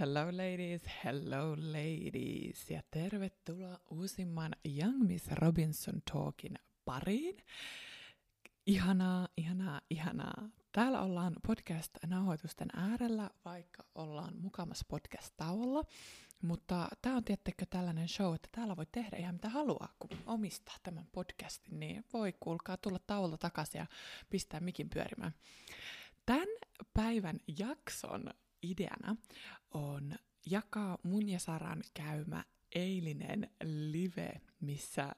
Hello ladies ja tervetuloa uusimman Young Miss Robinson Talkin pariin. Ihanaa. Täällä ollaan podcast-nauhoitusten äärellä, vaikka ollaan mukamassa podcast-tauolla. Mutta tää on tiettekö tällainen show, että täällä voi tehdä ihan mitä haluaa, kun omistaa tämän podcastin, niin voi kuulkaa tulla tauolta takaisin ja pistää mikin pyörimään. Tämän päivän jakson ideana on jakaa mun ja Saran käymä eilinen live, missä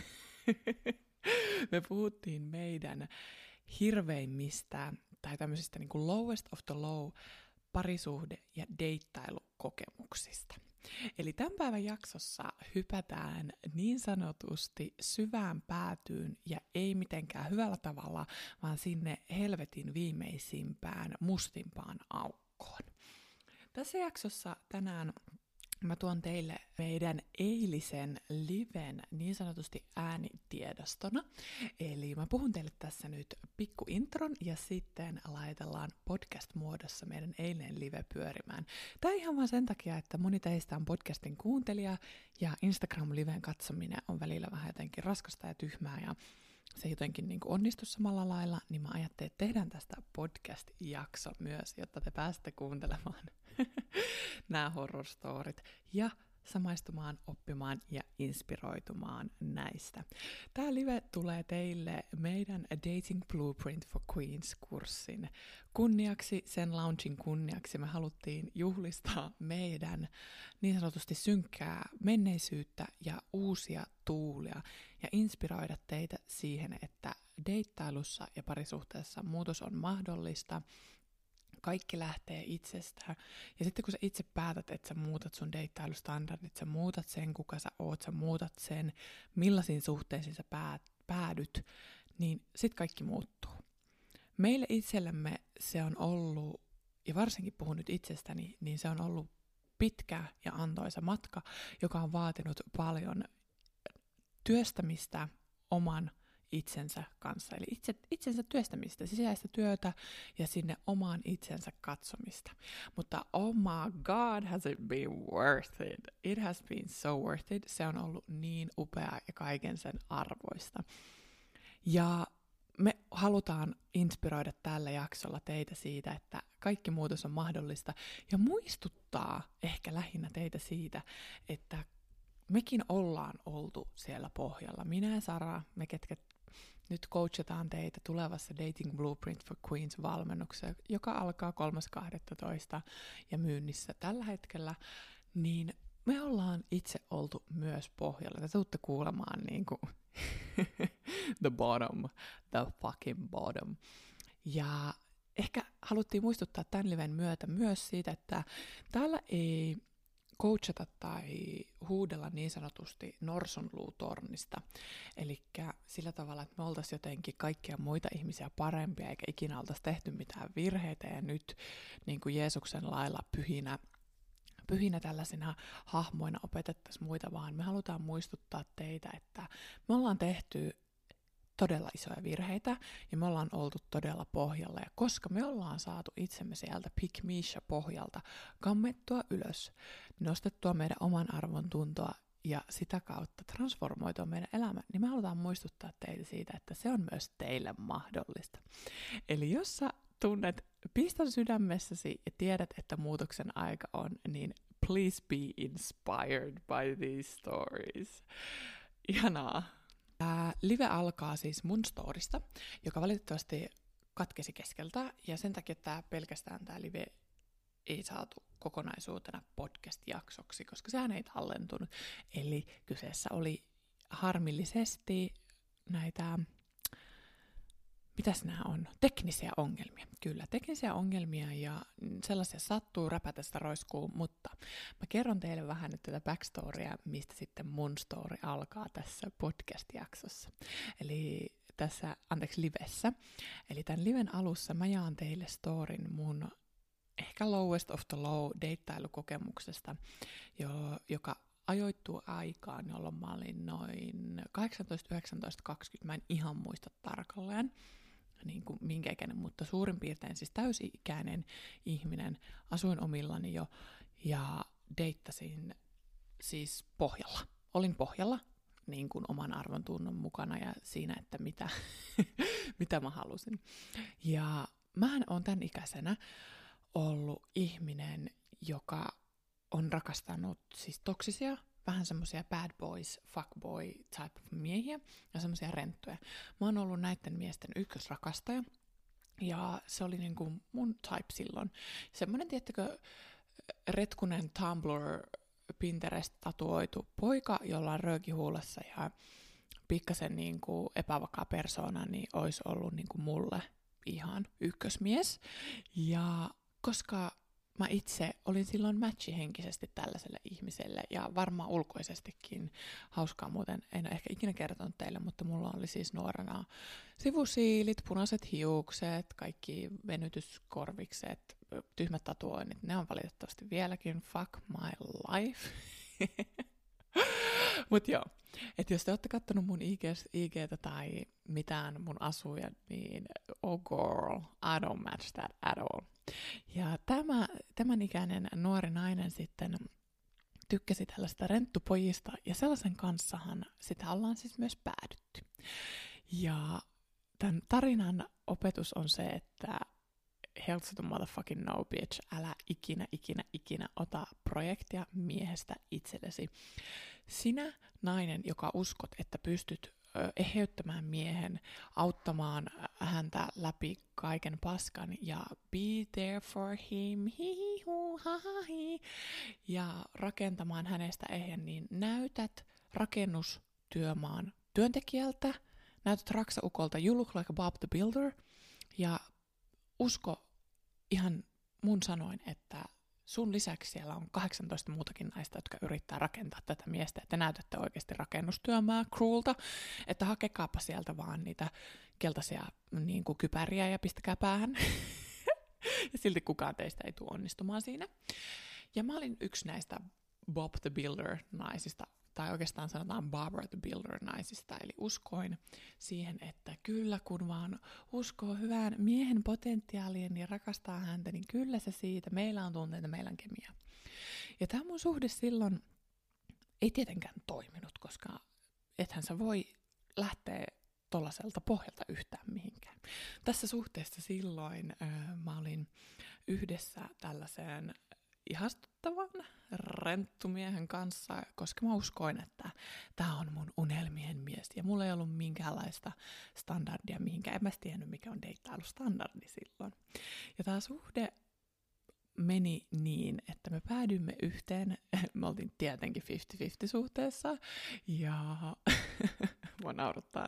me puhuttiin meidän hirveimmistä tai tämmöisistä niin kuin lowest of the low parisuhde- ja deittailukokemuksista. Eli tämän päivän jaksossa hypätään niin sanotusti syvään päätyyn ja ei mitenkään hyvällä tavalla, vaan sinne helvetin viimeisimpään mustimpaan aukkoon. Tässä jaksossa tänään mä tuon teille meidän eilisen liven niin sanotusti äänitiedostona. Eli mä puhun teille tässä nyt pikku intron ja sitten laitellaan podcast-muodossa meidän eilinen live pyörimään. Tää ihan vaan sen takia, että moni teistä on podcastin kuuntelija ja Instagram-liven katsominen on välillä vähän jotenkin raskasta ja tyhmää ja se jotenkin niin kuin onnistu samalla lailla, niin mä ajattelin, että tehdään tästä podcast-jakso myös, jotta te pääsette kuuntelemaan nämä horror-storit ja samaistumaan, oppimaan ja inspiroitumaan näistä. Tämä live tulee teille meidän Dating Blueprint for Queens-kurssin kunniaksi, sen launchin kunniaksi. Me haluttiin juhlistaa meidän niin sanotusti synkkää menneisyyttä ja uusia tuulia ja inspiroida teitä siihen, että deittailussa ja parisuhteessa muutos on mahdollista. Kaikki lähtee itsestä. Ja sitten kun sä itse päätät, että sä muutat sun deittailustandardit, sä muutat sen, kuka sä oot, sä muutat sen, millaisiin suhteisiin sä päädyt, niin sit kaikki muuttuu. Meille itsellemme se on ollut, ja varsinkin puhun nyt itsestäni, niin se on ollut pitkä ja antoisa matka, joka on vaatinut paljon työstämistä oman itsensä kanssa, eli itsensä työstämistä, sisäistä työtä ja sinne omaan itsensä katsomista. Mutta oh my god, has it been worth it? It has been so worth it. Se on ollut niin upea ja kaiken sen arvoista. Ja me halutaan inspiroida tällä jaksolla teitä siitä, että kaikki muutos on mahdollista ja muistuttaa ehkä lähinnä teitä siitä, että mekin ollaan oltu siellä pohjalla. Minä ja Sara, me ketkä nyt coachataan teitä tulevassa Dating Blueprint for Queens-valmennuksessa, joka alkaa 3.12. ja myynnissä tällä hetkellä, niin me ollaan itse oltu myös pohjalla. Te tuutte kuulemaan niin kuin the bottom, the fucking bottom. Ja ehkä haluttiin muistuttaa tämän liven myötä myös siitä, että täällä ei coachata tai huudella niin sanotusti norsunluutornista. Eli sillä tavalla, että me oltaisiin jotenkin kaikkia muita ihmisiä parempia, eikä ikinä oltaisi tehty mitään virheitä, ja nyt niin kuin Jeesuksen lailla pyhinä tällaisina hahmoina opetettaisiin muita, vaan me halutaan muistuttaa teitä, että me ollaan tehty todella isoja virheitä, ja me ollaan oltu todella pohjalla, ja koska me ollaan saatu itsemme sieltä Pick Misha pohjalta kammettua ylös, nostettua meidän oman arvon tuntoa, ja sitä kautta transformoitua meidän elämä, niin me halutaan muistuttaa teitä siitä, että se on myös teille mahdollista. Eli jos sä tunnet piston sydämessäsi ja tiedät, että muutoksen aika on, niin please be inspired by these stories. Ihanaa. Live alkaa siis mun storista, joka valitettavasti katkesi keskeltä, ja sen takia pelkästään tämä live ei saatu kokonaisuutena podcast-jaksoksi, koska sehän ei tallentunut. Eli kyseessä oli harmillisesti näitä, mitäs nämä on? Teknisiä ongelmia. Kyllä, teknisiä ongelmia ja sellaisia sattuu, räpätästä roiskuu, mutta mä kerron teille vähän nyt tätä backstorya, mistä sitten mun story alkaa tässä podcast-jaksossa. Eli livessä. Eli tämän liven alussa mä jaan teille storyn mun ehkä lowest of the low deittailukokemuksesta, joka ajoittuu aikaan, jolloin mä olin noin 18, 19, 20, mä en ihan muista tarkalleen, niin kuin minkä ikäinen, mutta suurin piirtein siis täysi-ikäinen ihminen, asuin omillani jo, ja deittasin siis pohjalla. Olin pohjalla niin kuin oman arvon tunnon mukana ja siinä, että mitä mä halusin. Ja mähän on tämän ikäisenä ollut ihminen, joka on rakastanut siis toksisia, vähän semmoisia bad boys, fuckboy type of miehiä ja semmoisia renttuja. Mä oon ollut näiden miesten ykkösrakastaja ja se oli niinku mun type silloin. Semmoinen, tiettäkö, retkunen Tumblr Pinterest-tatuoitu poika, jolla on rööki huulessa ja pikkasen niinku epävakaa persoona, niin olisi ollut niinku mulle ihan ykkösmies. Ja koska mä itse olin silloin matchihenkisesti tällaiselle ihmiselle ja varmaan ulkoisestikin hauskaa muuten, en ole ehkä ikinä kertonut teille, mutta mulla oli siis nuorena sivusiilit, punaiset hiukset, kaikki venytyskorvikset, tyhmät tatuoinnit, ne on valitettavasti vieläkin fuck my life. Mut joo, että jos te olette kattonut mun IGtä tai mitään mun asuja, niin oh girl, I don't match that at all. Ja tämän ikäinen nuori nainen sitten tykkäsi tällaista renttupojista, ja sellaisen kanssahan sitä ollaan siis myös päädytty. Ja tämän tarinan opetus on se, että hell to the motherfucking no bitch, älä ikinä ota projektia miehestä itsellesi. Sinä, nainen, joka uskot, että pystyt eheyttämään miehen, auttamaan häntä läpi kaiken paskan ja be there for him, ja rakentamaan hänestä ehjän, niin näytät rakennustyömaan työntekijältä, näytät raksaukolta, you look like a Bob the Builder, ja usko ihan mun sanoin, että sun lisäksi siellä on 18 muutakin naista, jotka yrittää rakentaa tätä miestä, että näytätte oikeasti rakennustyömaa cruelta, että hakekaapa sieltä vaan niitä keltaisia niin kuin kypäriä ja pistäkää päähän. Ja silti kukaan teistä ei tule onnistumaan siinä. Ja mä olin yksi näistä Bob the Builder-naisista, tai oikeastaan sanotaan Barbara the Builder-naisista, eli uskoin siihen, että kyllä kun vaan uskoo hyvään miehen potentiaaliin ja rakastaa häntä, niin kyllä se siitä, meillä on tunteita, meillä on kemia. Ja tämä mun suhde silloin ei tietenkään toiminut, koska ethän sä voi lähteä tollaiselta pohjalta yhtään mihinkään. Tässä suhteessa silloin mä olin yhdessä tällaiseen ihastuttavan renttumiehen kanssa, koska mä uskoin, että tää on mun unelmien mies. Ja mulla ei ollut minkäänlaista standardia mihinkään. En mä tiennyt, mikä on deittailustandardi silloin. Ja tää suhde meni niin, että me päädyimme yhteen. Me oltiin tietenkin 50-50 suhteessa. Ja mua naurattaa.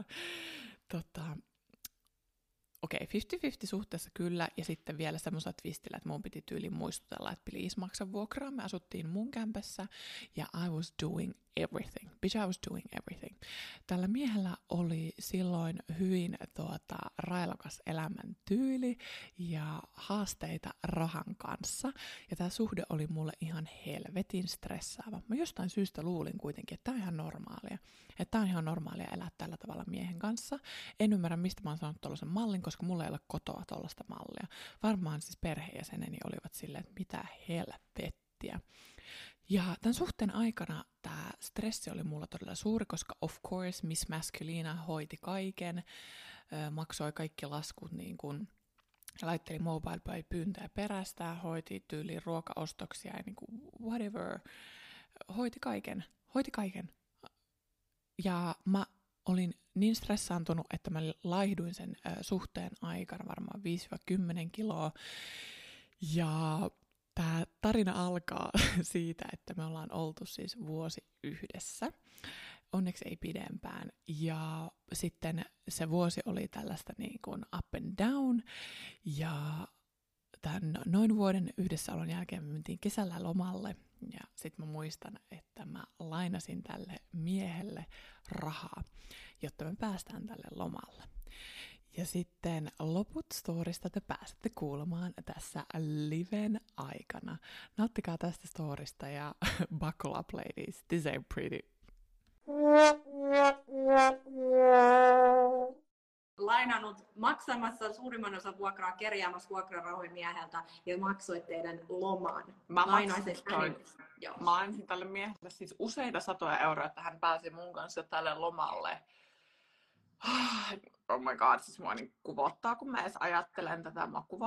Okei, 50-50 suhteessa kyllä, ja sitten vielä semmoisella twistillä, että mun piti tyyliin muistutella, että please maksa vuokraa. Me asuttiin mun kämpässä, ja I was doing everything. Bitch, I was doing everything. Tällä miehellä oli silloin hyvin railakas elämäntyyli ja haasteita rahan kanssa, ja tämä suhde oli mulle ihan helvetin stressaava. Mä jostain syystä luulin kuitenkin, että tämä on ihan normaalia. Että tämä on ihan normaalia elää tällä tavalla miehen kanssa. En ymmärrä, mistä mä oon saanut tollaisen mallin, koska mulla ei ole kotoa tollaista mallia. Varmaan siis perheenjäseneni olivat silleen, että mitä helvettiä. Ja tämän suhteen aikana tämä stressi oli mulla todella suuri, koska of course Miss Masculina hoiti kaiken, maksoi kaikki laskut niin kuin, laitteli mobile pay pyyntöjä perästä, hoiti tyyliin ruokaostoksia ja niin kuin whatever, hoiti kaiken. Ja mä olin niin stressaantunut, että mä laihduin sen suhteen aikana varmaan 5-10 kiloa. Ja tämä tarina alkaa siitä, että me ollaan oltu siis vuosi yhdessä. Onneksi ei pidempään. Ja sitten se vuosi oli tällaista niin kuin up and down. Ja tämän noin vuoden yhdessäolon jälkeen me mentiin kesällä lomalle. Ja sitten mä muistan, että mä lainasin tälle miehelle rahaa, jotta me päästään tälle lomalle. Ja sitten loput storista te pääsette kuulemaan tässä liven aikana. Nauttikaa tästä storista ja buckle up ladies, this ain't pretty. lainannut maksamassa suurimman osan vuokraa, kerjäämässä vuokrarahoja mieheltä ja maksoit teidän loman. Mä lainasin tälle miehelle siis useita satoja euroja, että hän pääsi mun kanssa tälle lomalle. Oh my god, siis mua niin kuvottaa, kun mä edes ajattelen tätä.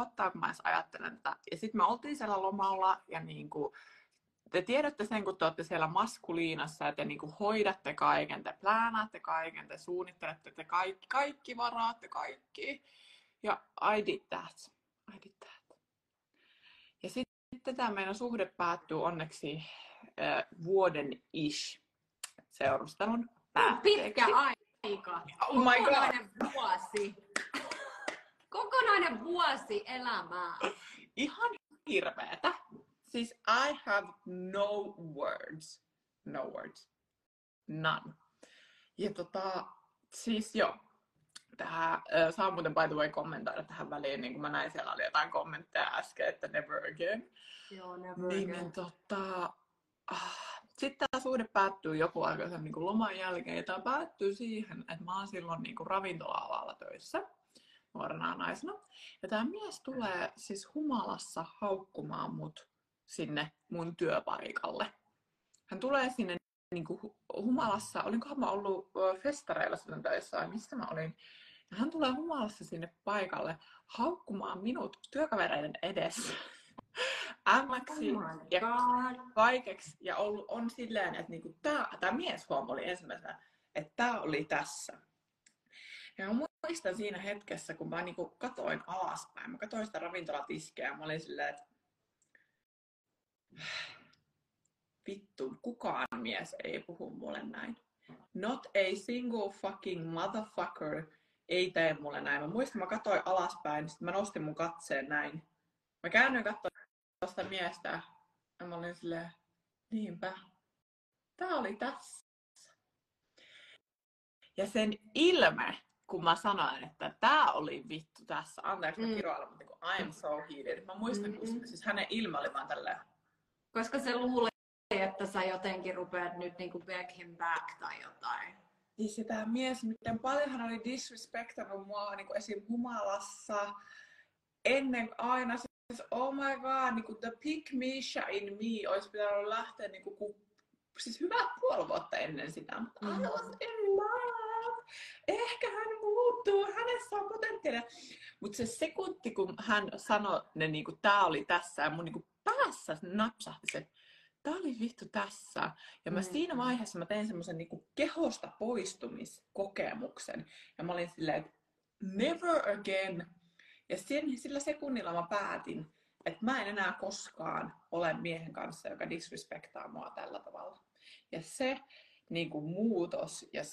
Ja sit me oltiin siellä lomalla ja niinku, te tiedätte sen, kun te olette siellä maskuliinassa ja te niinku hoidatte kaiken, te pläänaatte kaiken, te suunnittelette, te kaikki varaatte kaikki. Ja I did that. Ja sitten tämä meidän suhde päättyy onneksi vuoden-ish seurustelun päätteeksi. Pitkä aika. Oh my god. Kokonainen vuosi. Kokonainen vuosi elämää. Ihan hirveetä. Siis I have no words. No words. None. Ja siis joo. Tähän saa muuten by the way kommentoida tähän väliin, niin kuin mä näin, siellä oli jotain kommentteja äsken, että never again. Joo, never again. Sitten tämä suhde päättyy joku aika sen niin loman jälkeen, ja tämä päättyy siihen, että mä oon silloin niin ravintola-alalla töissä nuorena naisena. Ja tämä mies tulee siis humalassa haukkumaan mut sinne mun työpaikalle. Hän tulee sinne niin humalassa, olinkohan mä ollut festareilla silloin töissä, vai missä mä olin. Ja hän tulee humalassa sinne paikalle haukkumaan minut työkavereiden edessä. Ämmäksi ja kaikeksi. Ja on silleen, että niinku tämä mieshuomo oli ensimmäisenä, että tämä oli tässä. Ja mä muistan siinä hetkessä, kun mä niinku katoin alaspäin. Mä katoin sitä ravintolatiskeä ja mä olin silleen, että vittu, kukaan mies ei puhu mulle näin. Not a single fucking motherfucker ei tee mulle näin. Mä muistan, mä katsoin alaspäin, sitten mä nostin mun katseen näin. Mä käännyin katsomaan sitä miestä ja mä olin silleen, niinpä, tää oli tässä. Ja sen ilme, kun mä sanoin, että tää oli vittu tässä, anteeksi mä kiroilen, mutta kun I am so heated. Mä muistan, kun siis hänen ilme oli vaan tälleen. Koska se luulee, että sä jotenkin rupeat nyt niinku beg him back tai jotain. Siis tämä mies, miten paljon hän oli disrespectannut mua niin kuin esim. Humalassa ennen aina. Siis, oh my god, niin kuin the pick Misha in me olisi pitänyt lähteä niin kuin, siis hyvät puoli vuotta ennen sitä. Mutta I was in love. Ehkä hän muuttuu, hänessä on potentiaalia. Mutta se sekunti, kun hän sanoi, että niin tää oli tässä ja mun niin kuin päässä napsahti se, tää oli vittu tässä. Ja mä siinä vaiheessa mä tein semmoisen niinku kehosta poistumiskokemuksen. Ja mä olin silleen, että never again. Ja sillä sekunnilla mä päätin, että mä en enää koskaan ole miehen kanssa, joka disrespektaa mua tällä tavalla. Ja se niinku muutos ja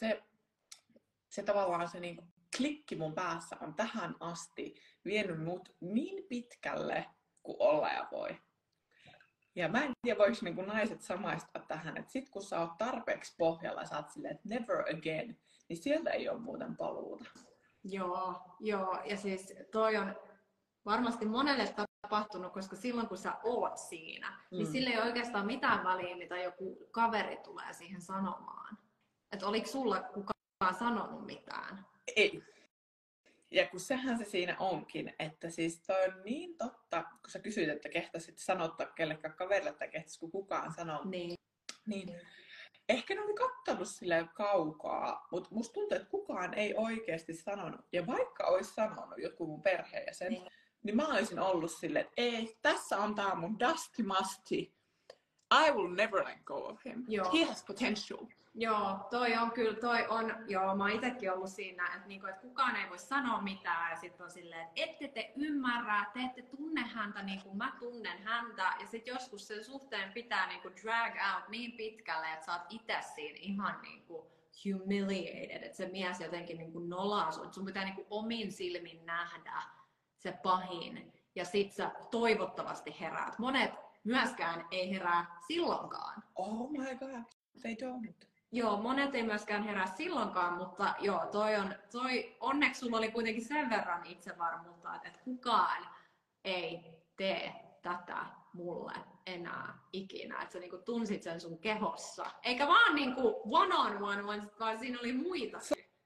se tavallaan se niinku klikki mun päässä on tähän asti vienyt mut niin pitkälle kuin olla ja voi. Ja mä en tiedä, voiko niinku naiset samaistua tähän, että sit kun sä oot tarpeeksi pohjalla ja sä oot silleen, että never again, niin sieltä ei ole muuten paluuta. Joo, ja siis toi on varmasti monelle tapahtunut, koska silloin kun sä oot siinä, niin sillä ei ole oikeastaan mitään väliä, mitä joku kaveri tulee siihen sanomaan. Että oliko sulla kukaan sanonut mitään? Ei. Ja kun sehän se siinä onkin, että siis toi on niin totta, kun sä kysyit, että kehtasit sanottaa kellekään kaverille tai kehtaisiko kukaan sanoa. Niin. Ehkä ne oli kattanut silleen kaukaa, mutta musta tuntuu, että kukaan ei oikeasti sanonut. Ja vaikka olisi sanonut jotkut mun perheenjäsen, niin mä olisin ollut silleen, että ei, tässä on tää mun Dusty Musty. I will never let go of him. Joo. He has potential. Joo, mä oon itekin ollut siinä, että kukaan ei voi sanoa mitään ja sitten on silleen, että ette te ymmärrä, te ette tunne häntä niin kuin mä tunnen häntä ja sitten joskus sen suhteen pitää niin kuin drag out niin pitkälle, että sä oot itse siinä ihan niin kuin humiliated, että se mies jotenkin niin kuin nolaa sun pitää niin kuin omin silmin nähdä se pahin ja sit sä toivottavasti heräät. Monet myöskään ei herää silloinkaan. Oh my god, they don't. Joo, monet ei myöskään herää silloinkaan, mutta joo, onneksi sulla oli kuitenkin sen verran itsevarmuutta, että kukaan ei tee tätä mulle enää ikinä. Että sä niinku tunsit sen sun kehossa. Eikä vaan niinku one on one, vaan siinä oli muita.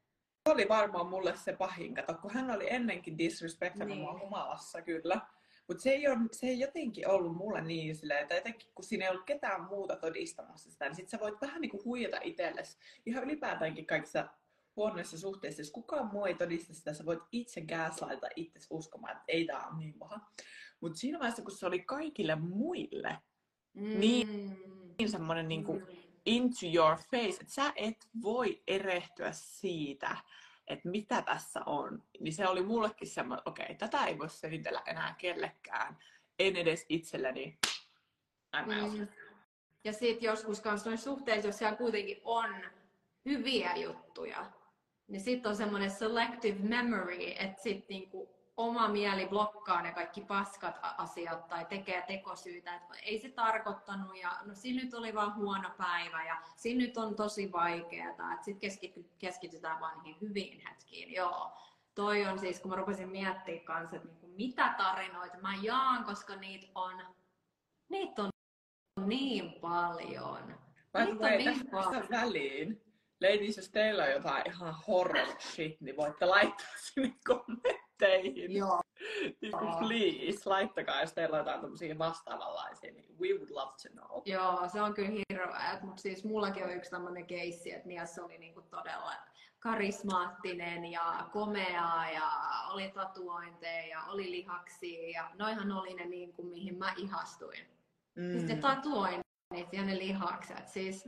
oli varmaan mulle se pahin, kato, kun hän oli ennenkin disrespectannut mua humalassa kyllä. Mutta se ei jotenkin ollut mulle niin silleen, että jotenkin kun siinä ei ollut ketään muuta todistamassa sitä, niin sit sä voit vähän niinku huijata itsellesi. Ihan ylipäätäänkin kaikissa huonoissa suhteissa, jos kukaan muu ei todista sitä, sä voit itse gaslighta itsesi uskomaan, että ei tää on niin paha. Mutta siinä vaiheessa, kun se oli kaikille muille, niin semmoinen niinku into your face, että sä et voi erehtyä siitä, että mitä tässä on, niin se oli mullekin semmoinen, että okei, tätä ei voi selitellä enää kellekään, en edes itselleni. Ja sit joskus kanssa noissa suhteissa, jos siellä kuitenkin on hyviä juttuja, niin sit on semmoinen selective memory, että sit niinku oma mieli blokkaa ne kaikki paskat asiat tai tekee tekosyitä, että ei se tarkoittanut ja no siinä nyt oli vaan huono päivä ja siinä nyt on tosi vaikeaa, että sitten keskitytään vaan niihin hyviin hetkiin. Joo, toi on siis, kun mä rupesin miettimään kanssa, että niinku, mitä tarinoita mä jaan, koska niitä on niin paljon. Tästä väliin. Ladies, jos teillä on jotain ihan horror shit, niin voitte laittaa sinne kommentteihin. Joo. Please, laittakaa, jos teillä on jotain tämmöisiä vastaavanlaisia, niin we would love to know. Joo, se on kyllä hirveä. Mutta siis mullakin on yksi tämmöinen keissi, että mies oli niinku todella karismaattinen ja komea ja oli tatuointeja ja oli lihaksia ja noihan oli ne niinku, mihin mä ihastuin. Siis ne tatuoinnit ja ne lihakset. Siis...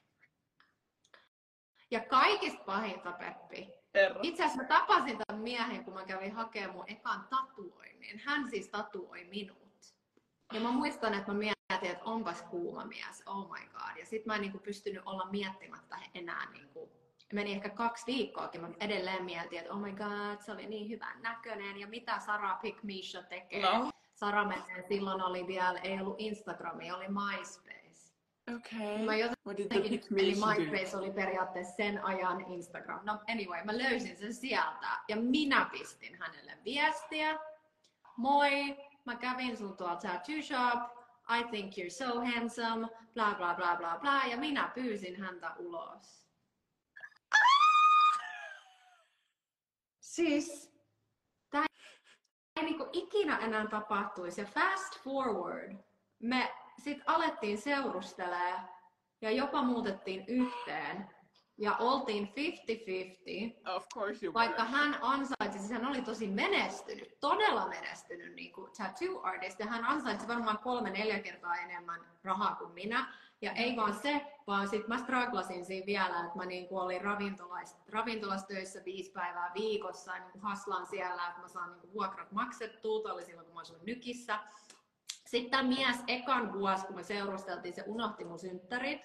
Ja kaikista pahinta, Peppi. Itse asiassa mä tapasin tämän miehen, kun mä kävin hakemaan mun ekan tatuoinnin. Hän siis tatuoi minut. Ja mä muistan, että mä mietin, että onpas kuuma mies, oh my god. Ja sit mä en niinku pystynyt olla miettimättä enää. Niinku, meni ehkä 2 viikkoakin, mä edelleen mietin, että oh my god, se oli niin hyvän näköinen. Ja mitä Sara Pick Misha tekee? No. Sara menee, silloin oli vielä, ei ollut Instagramia, oli MySpace. Okay. Eli MySpace oli periaatteessa sen ajan Instagram. No anyway, mä löysin sen sieltä ja minä pistin hänelle viestiä. Moi, mä kävin sun tuolla tattoo shop. I think you're so handsome. Bla bla bla bla bla. Ja minä pyysin häntä ulos. Siis tää ei niinku ikinä enää tapahtuisi. Ja fast forward. Me sit alettiin seurustelemaan ja jopa muutettiin yhteen ja oltiin 50-50. Of course you vaikka hän ansaitsi, siis hän oli tosi menestynyt, todella menestynyt niin kuin tattoo artist ja hän ansaitsi varmaan 3-4 kertaa enemmän rahaa kuin minä. Ja ei vaan se, vaan sit mä struglasin siinä vielä, että mä niin kuin olin ravintolassa töissä 5 päivää viikossa ja niin kuin haslaan siellä, että mä saan niin kuin vuokrat maksettua. Tämä oli silloin, kun mä asuin Nykissä. Sitten tämä mies ekan vuosi, kun me seurusteltiin, se unohti mun synttärit.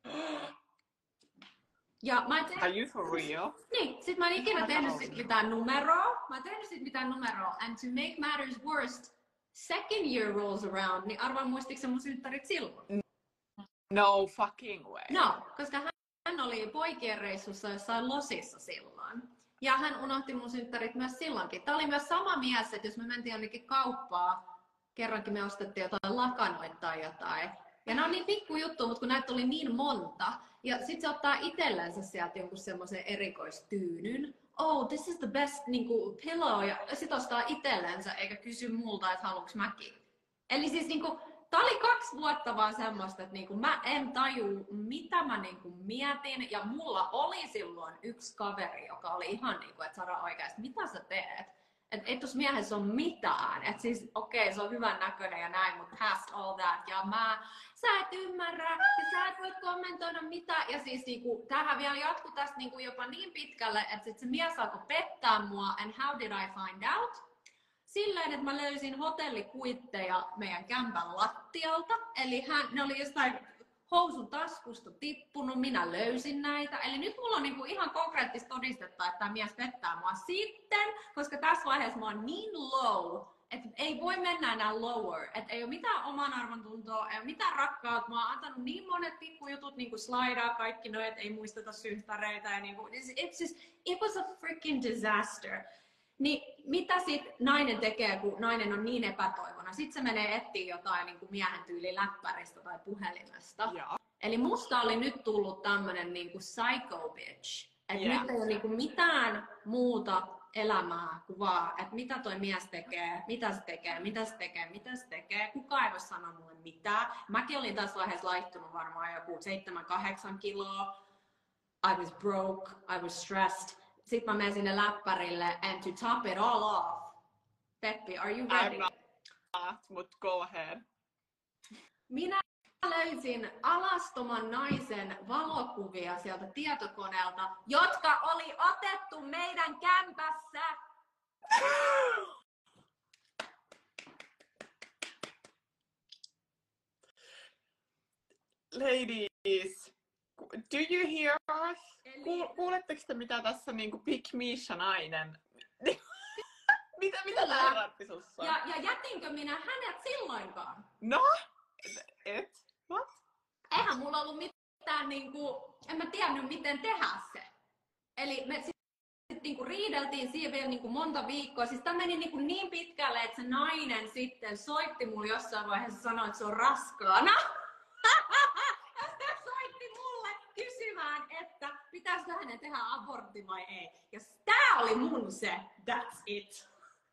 Ja mä Are you for real? Niin, sit mä en ikinä tehnyt sit mitään numeroa. And to make matters worse, second year rolls around, niin arvaan muistiko se mun synttärit silloin? No fucking way. No, koska hän oli poikien reissussa jossain losissa silloin. Ja hän unohti mun synttärit myös silloinkin. Tää oli myös sama mies, että jos me mentiin jonnekin kauppaan, kerrankin me ostettiin jotain lakanoita tai jotain. Ja nämä on niin pikku juttu, mutta kun näitä oli niin monta. Ja sit se ottaa itsellensä sieltä jonkun semmoisen erikoistyynyn. Oh, this is the best niinku, pillow. Ja sit ostaa itsellensä eikä kysy multa, että haluuks mäkin. Eli siis niinku, tää oli 2 vuotta vaan semmoista, että niinku, mä en taju mitä mä niinku, mietin. Ja mulla oli silloin yksi kaveri, joka oli ihan niinku, että Sara oikeasti, mitä sä teet? Että ei tuossa miehessä ole mitään. Että siis okei, se on hyvän näköinen ja näin, mutta past all that. Ja sä et ymmärrä ja sä et voi kommentoida mitään. Ja siis niinku, tämähän vielä jatkuu tästä niinku jopa niin pitkälle, että sit se mies alkoi pettää mua. And how did I find out? Silleen, että mä löysin hotellikuitteja meidän kämpän lattialta. Eli ne oli jostain housun taskusta tippunut, minä löysin näitä. Eli nyt mulla on niinku ihan konkreettista todistetta, että tämä mies pettää mua sitten, koska tässä vaiheessa mä oon niin low, että ei voi mennä enää lower. Että ei ole mitään oman arvon tuntoa, ei ole mitään rakkautta. Mä oon antanut niin monet pikkujutut niinku slaidaa kaikki noin, että ei muisteta synttäreitä. Ja niinku, it was a freaking disaster. Niin mitä sitten nainen tekee, kun nainen on niin epätoivona? Sitten se menee etsiä jotain niin kuin miehen tyyli läppäristä tai puhelimesta. Ja. Eli musta oli nyt tullut tämmönen niin kuin psycho bitch. Että nyt ei ole niinku mitään muuta elämää kuin vaan, että mitä toi mies tekee, mitä se tekee, mitä se tekee, mitä se tekee. Kukaan ei voi sanoa mulle mitään. Mäkin olin tässä vaiheessa laittunut varmaan joku 7-8 kiloa. I was broke, I was stressed. Sitten mä menen sinne läppärille, and to top it all off, Peppi, are you ready? I'm not, but go ahead. Minä löysin alastoman naisen valokuvia sieltä tietokoneelta, jotka oli otettu meidän kämpässä. Ladies, do you hear us? Kuuletteko te mitä tässä niinku Big Misha-nainen? mitä tää herätti sussa? Ja jätinkö minä hänet silloinkaan? No? What? Eihän mulla ollut mitään niinku, en mä tiennyt miten tehdä se. Eli me sitten niinku riideltiin siihen vielä niinku monta viikkoa. Siis tää meni niinku niin pitkälle, että se nainen sitten soitti mulle jossain vaiheessa ja sanoi, että se on raskaana. Ja soitti mulle kysymään, että pitäisikö hänen tehdä abortti vai ei. Ja tää oli mun se, that's it.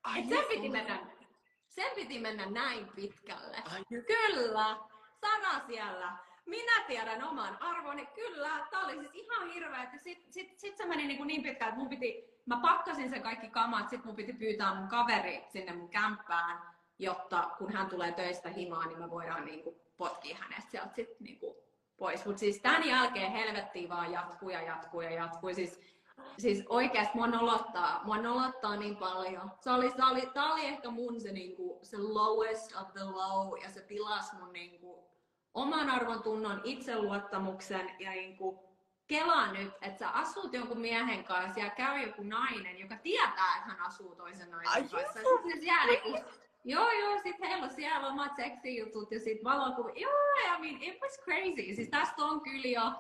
Sen piti mennä näin pitkälle. Kyllä, Sara siellä. Minä tiedän oman arvoni. Kyllä, tää oli siis ihan hirveä. Sit se meni niin pitkään, että mä pakkasin sen kaikki kamat, sit mun piti pyytää mun kaveri sinne mun kämppään, jotta kun hän tulee töistä himaan, niin me voidaan niinku potkia hänestä sieltä sit niinku pois. Mut siis tän jälkeen helvettiin vaan jatkuu. Siis oikeesti mua nolottaa niin paljon. Tää oli ehkä mun se lowest of the low, ja se pilasi mun niinku oman arvon tunnon, itseluottamuksen ja niinku kelaa nyt, että sä asut jonkun miehen kanssa ja siellä käy joku nainen, joka tietää, että hän asuu toisen naisen kanssa. Sitten jää niinku, joo, sit heillä on siellä omat seksijutut ja sit valokuvia. Joo, I mean, it was crazy. Siis tästä on kyllä jo.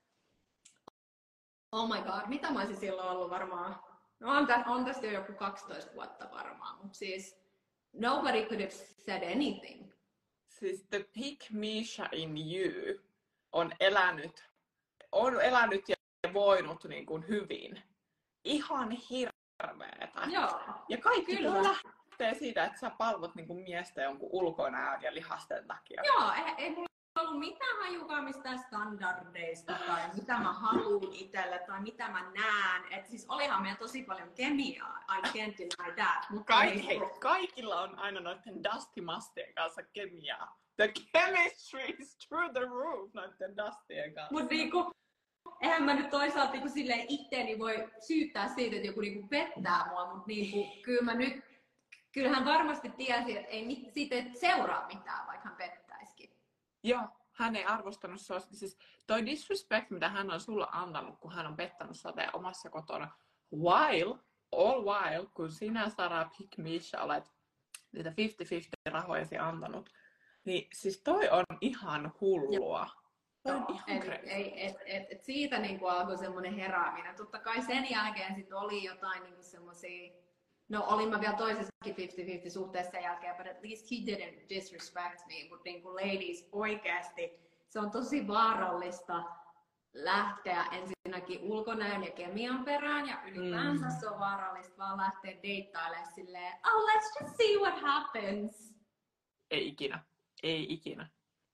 Oh my god, mitä mä olisin silloin ollut varmaan? No on tästä jo joku 12 vuotta varmaan, mutta siis nobody could have said anything. Siis the Big Misha in you on elänyt ja voinut niin kuin hyvin. Ihan hirveetä. Joo, ja kaikki kyllä lähtee siitä, että sä palvot niin kuin miestä jonkun ulkonäön ja lihasten takia. Joo, ei mulla ollut mitään hajukaan mistään standardeista tai mitä mä haluun itselle tai mitä mä näen. Et siis olihan meillä tosi paljon kemiaa, I can't deny that. Mutta kaikilla on aina noiden Dusty-mastien kanssa kemiaa. The chemistry is through the roof noiden Dustien kanssa. Mut niinku, eihän mä nyt toisaalta niinku silleen itteeni voi syyttää siitä, että joku niinku pettää mua, mut niinku, kyllähän varmasti tiesi, että ei siitä seuraa mitään, vaikka hän pettäisikin. Joo, hän ei arvostanut sua. Siis toi disrespect, mitä hän on sulla antanut, kun hän on pettänyt sua teidän omassa kotona, all while, kun sinä, Sara, Big Misha, olet niitä 50-50 rahojasi antanut, niin siis toi on ihan hullua. Toi on ihan et siitä niinku alkoi semmoinen herääminen. Totta kai sen jälkeen sit oli jotain niinku semmosia. No olin mä vielä toisessakin 50-50 suhteessa sen jälkeen, but at least he didn't disrespect me. Mutta niin kuin ladies, oikeasti se on tosi vaarallista lähteä ensinnäkin ulkonäön ja kemian perään, ja ylipäänsä se on vaarallista vaan lähteä deittailemaan silleen, oh let's just see what happens. Ei ikinä.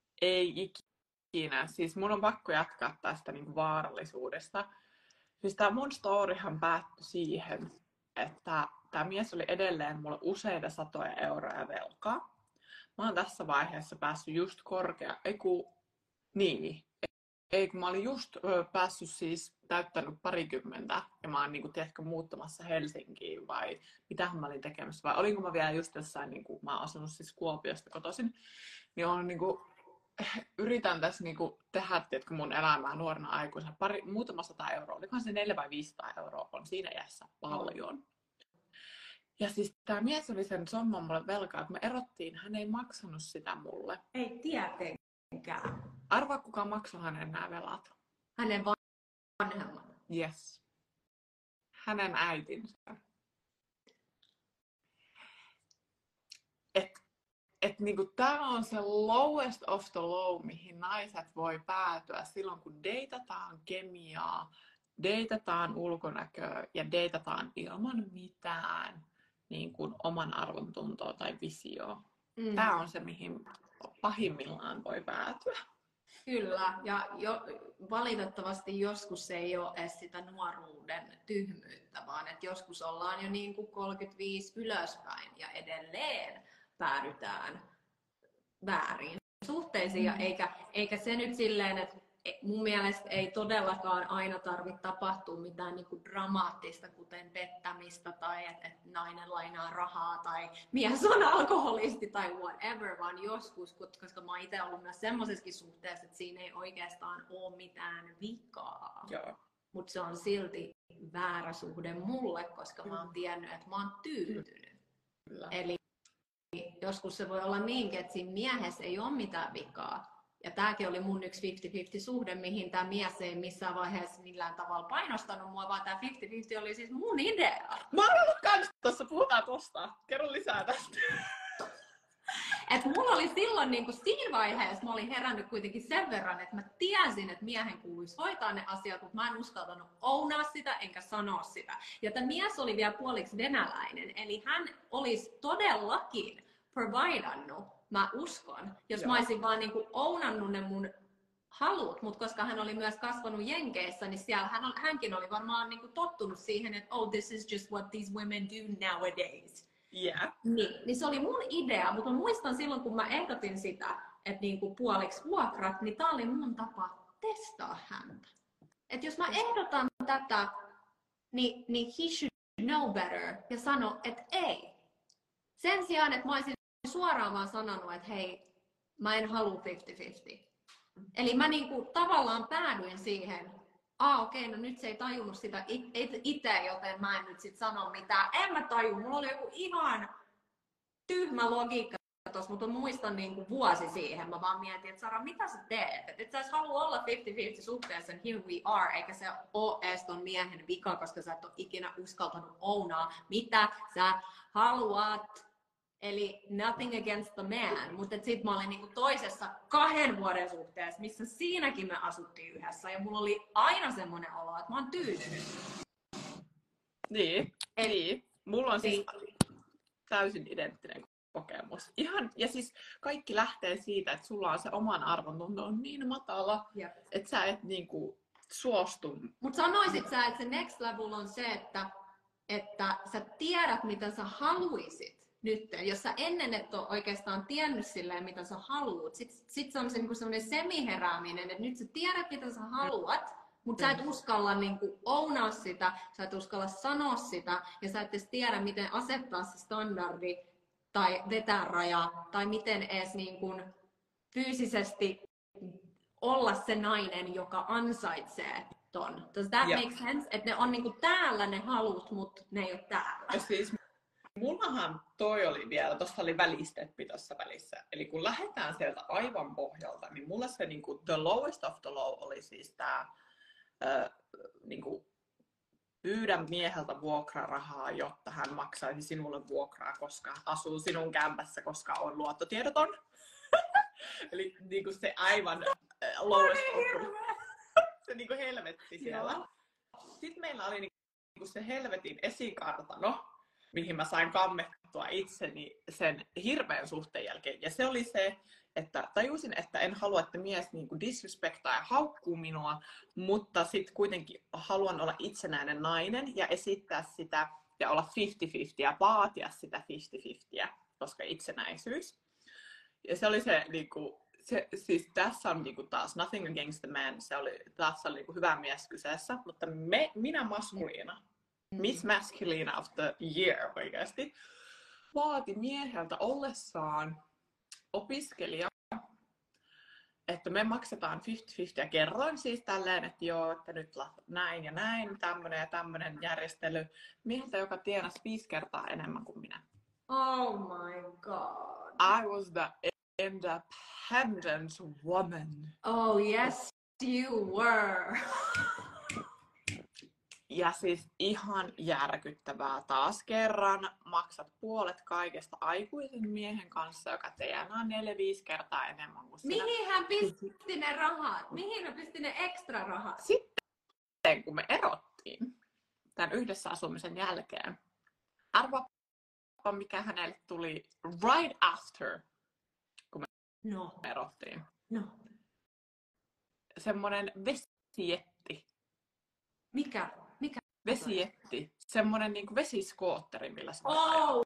Siis mun on pakko jatkaa tästä niin kuin vaarallisuudesta. Siis tää mun storyhan päättyi siihen, että tämä mies oli edelleen mulle useita satoja euroja velkaa. Mä oon tässä vaiheessa päässyt just kun mä olin just päässyt siis täyttänyt 20 ja mä oon niinku, tiedätkö, muuttamassa Helsinkiin vai mitähän mä olin tekemässä vai olinko mä vielä just jossain, niinku, mä oon asunut siis Kuopiosta kotoisin, niin on niinku, yritän tässä niinku tehdä, tiedätkö, mun elämää nuorena aikuisena muutama 100 euroa, olikohan se 400 vai 500 euroa on siinä iässä paljon. Ja siis tää mies oli sen somman mulle velkaa, että me erottiin, hän ei maksanut sitä mulle. Ei tietenkään. Arvaa, kuka maksoi hänen nämä velat? Hänen vanhemmat. Yes. Hänen äitinsä. Niinku, tää on se lowest of the low, mihin naiset voi päätyä silloin, kun deitataan kemiaa deitataan ulkonäköä ja deitataan ilman mitään niin kuin oman arvon tuntoa tai visioa. Tämä on se, mihin pahimmillaan voi päätyä. Kyllä, ja valitettavasti joskus se ei ole edes sitä nuoruuden tyhmyyttä, vaan että joskus ollaan jo niin kuin 35 ylöspäin ja edelleen päädytään väärin suhteisiin. Eikä se nyt silleen, että mun mielestä ei todellakaan aina tarvitse tapahtua mitään niin kuin dramaattista, kuten pettämistä tai että nainen lainaa rahaa tai mies on alkoholisti tai whatever, vaan joskus, koska mä oon itse ollut myös semmoisessakin suhteessa, että siinä ei oikeastaan ole mitään vikaa. Mutta se on silti väärä suhde mulle, koska mä oon tiennyt, että mä oon tyytynyt. Eli joskus se voi olla niinkin, että siinä miehessä ei ole mitään vikaa. Ja tämäkin oli mun yksi 50-50 suhde, mihin tämä mies ei missään vaiheessa millään tavalla painostanut mua, vaan tämä 50-50 oli siis mun idea. Mä oon ollut kans tossa, puhutaan tosta. Kerro lisää tästä. Et mulla oli silloin niin kuin siinä vaiheessa, mä olin herännyt kuitenkin sen verran, että mä tiesin, että miehen kuuluisi hoitaa ne asiat, mutta mä en uskaltanut ounaa sitä enkä sanoa sitä. Ja tämä mies oli vielä puoliksi venäläinen, eli hän olisi todellakin providannut, mä uskon, jos mä olisin vaan niin kuin ounannut ne mun halut, mutta koska hän oli myös kasvanut Jenkeissä, niin siellä hänkin oli varmaan niin kuin tottunut siihen, että oh, this is just what these women do nowadays. Yeah. Niin se oli mun idea, mutta mä muistan silloin, kun mä ehdotin sitä, että niinku puoliksi vuokrat, niin tää oli mun tapa testaa häntä. Että jos mä ehdotan tätä, niin he should know better ja sano, että ei. Sen sijaan, että mä olisin suoraan vaan sanonut, että hei, mä en halua 50-50. Eli mä niinku tavallaan päädyin siihen, okei, no nyt se ei tajunnut sitä itse, joten mä en nyt sit sano mitään. En mä taju, mulla oli joku ihan tyhmä logiikka tossa, mutta muistan niinku vuosi siihen. Mä vaan mietin, että Sara, mitä sä teet? Et sä edes halua olla 50-50 suhteessa, and here we are, eikä se ole edes ton miehen vika, koska sä et ole ikinä uskaltanut ounaa, mitä sä haluat. Eli nothing against the man, mutta sit mä olin niinku toisessa 2 vuoden suhteessa, missä siinäkin me asuttiin yhdessä ja mulla oli aina semmoinen olo, että mä oon tyytynyt. Niin. Mulla on siis täysin identtinen kokemus. Ja siis kaikki lähtee siitä, että sulla on se oman arvontunto on niin matala, että sä et niinku suostu. Mut sanoisit sä, että se next level on se, että sä tiedät, mitä sä haluisit. Nyt, jos sä ennen et ole oikeastaan tiennyt silleen, mitä sä haluat, sit se on semmoinen semiherääminen, että nyt sä tiedät, mitä sä haluat, mutta sä et uskalla niinku ounaa sitä, sä et uskalla sanoa sitä, ja sä et edes tiedä, miten asettaa se standardi tai vetää raja, tai miten edes niinku fyysisesti olla se nainen, joka ansaitsee ton. Does that make sense? Että ne on niinku täällä ne halut, mutta ne ei ole täällä. Ja siis mullahan toi oli vielä, tossa oli välisteppi tossa välissä. Eli kun lähdetään sieltä aivan pohjalta, niin mulla se niinku the lowest of the low oli siis tää niinku pyydä mieheltä vuokrarahaa, jotta hän maksaisi sinulle vuokraa, koska asuu sinun kämpässä, koska on luottotiedoton. Eli niinku se aivan lowest of the low. Se niinku helvetti siellä. Sitten meillä oli niinku se helvetin esikartano, mihin mä sain kammettua itseni sen hirveän suhteen jälkeen. Ja se oli se, että tajusin, että en halua, että mies niinku disrespektaa ja haukkuu minua, mutta sitten kuitenkin haluan olla itsenäinen nainen ja esittää sitä ja olla 50-50 ja vaatia sitä 50-50, koska itsenäisyys. Ja se oli se, niinku, siis tässä on niinku taas nothing against the man, tässä oli niinku hyvä mies kyseessä, mutta minä maskuliina, Miss Masculine of the Year oikeasti, vaati mieheltä ollessaan opiskelija, että me maksetaan 50-50 ja kerroin siis tälleen, että joo, että nyt näin ja näin, tämmönen ja tämmönen järjestely mieheltä, joka tienasi 5 kertaa enemmän kuin minä. Oh my god. I was the independent woman. Oh yes, you were. Ja siis ihan järkyttävää taas kerran. Maksat puolet kaikesta aikuisen miehen kanssa, joka tienaa 4-5 kertaa enemmän kuin sinä. Mihin hän pisti ne rahat? Mihin hän pisti ne ekstra rahat? Sitten kun me erottiin tämän yhdessä asumisen jälkeen, arvaapa mikä hänelle tuli right after, kun me erottiin. No. Semmoinen vesijetti. Mikä? Vesijetti. Semmoinen niinku vesiskootteri, millä se Oh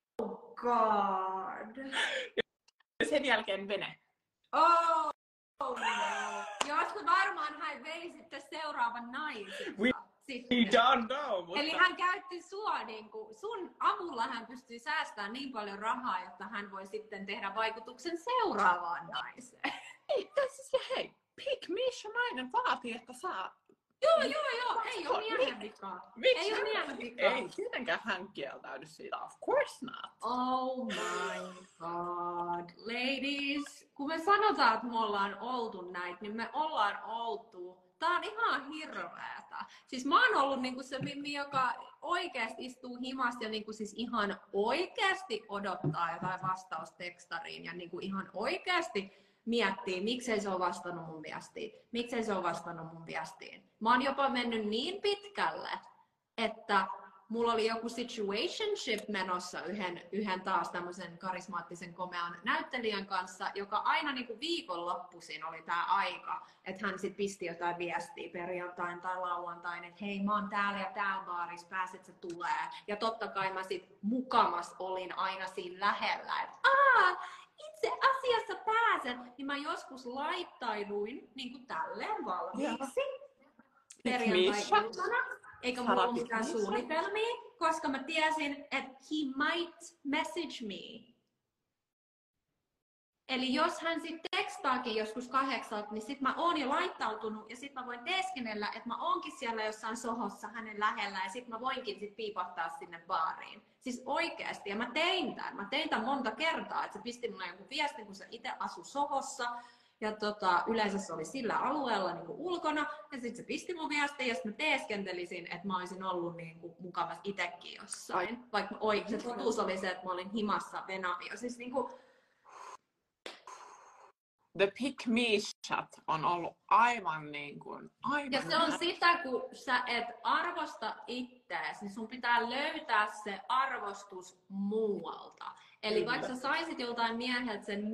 god. Ja sen jälkeen vene. Oh no. Joskus varmaan hän vei sitten seuraavan naisen. We don't know. Mutta... Eli hän käytti sua, sun avulla hän pystyy säästämään niin paljon rahaa, jotta hän voi sitten tehdä vaikutuksen seuraavaan naiseen. Hei, Pick Misha nainen vaatii, että saa... Joo, ei ole miehen vikaa. Ei ole miehen vikaa. Ei tietenkään hän kieltäydy siitä, of course not. Oh my god. Ladies, kun me sanotaan, että me ollaan oltu näitä, niin me ollaan oltu. Tää on ihan hirveetä. Siis mä oon ollut niinku se mimmi, joka oikeasti istuu himassa ja niinku siis ihan oikeasti odottaa jotain vastaustekstariin ja niinku ihan oikeasti miettii, miksei se ole vastannut mun viestiin. Mä oon jopa mennyt niin pitkälle, että mulla oli joku situationship menossa yhden taas tämmöisen karismaattisen komean näyttelijän kanssa, joka aina niin kuin viikonloppuisin oli tää aika, että hän sit pisti jotain viestiä perjantain tai lauantain, että hei mä oon täällä ja täällä baarissa, pääset sä tulee. Ja totta kai mä sit mukamas olin aina siinä lähellä, että itse asiassa pääsen, niin mä joskus laittailuin niin kuin tälleen valmiiksi perjantai-iltana. Eikä mulla ollut mitään suunnitelmia, koska mä tiesin, että he might message me. Eli jos hän sitten tekstaakin joskus 8, niin sit mä oon jo laittautunut ja sit mä voin teeskennellä, että mä oonkin siellä jossain sohossa hänen lähellä ja sit mä voinkin sit piipahtaa sinne baariin. Siis oikeesti, ja mä tein tämän monta kertaa, että se pisti mulle jonkun viestin, kun se itse asui sohossa. Ja yleensä se oli sillä alueella niin kuin ulkona, ja sitten se pisti mun viestin, ja mä teeskentelisin, että mä olisin ollut niin kuin mukavasti itsekin jossain. Vaikka se totuus oli se, että mä olin himassa Venavio. Siis niin kuin... The pick me chat on ollut aivan niin kuin... Ja se on sitä, kun sä et arvosta ittees, niin sun pitää löytää se arvostus muualta. Eli vaikka sä saisit joltain mieheltä sen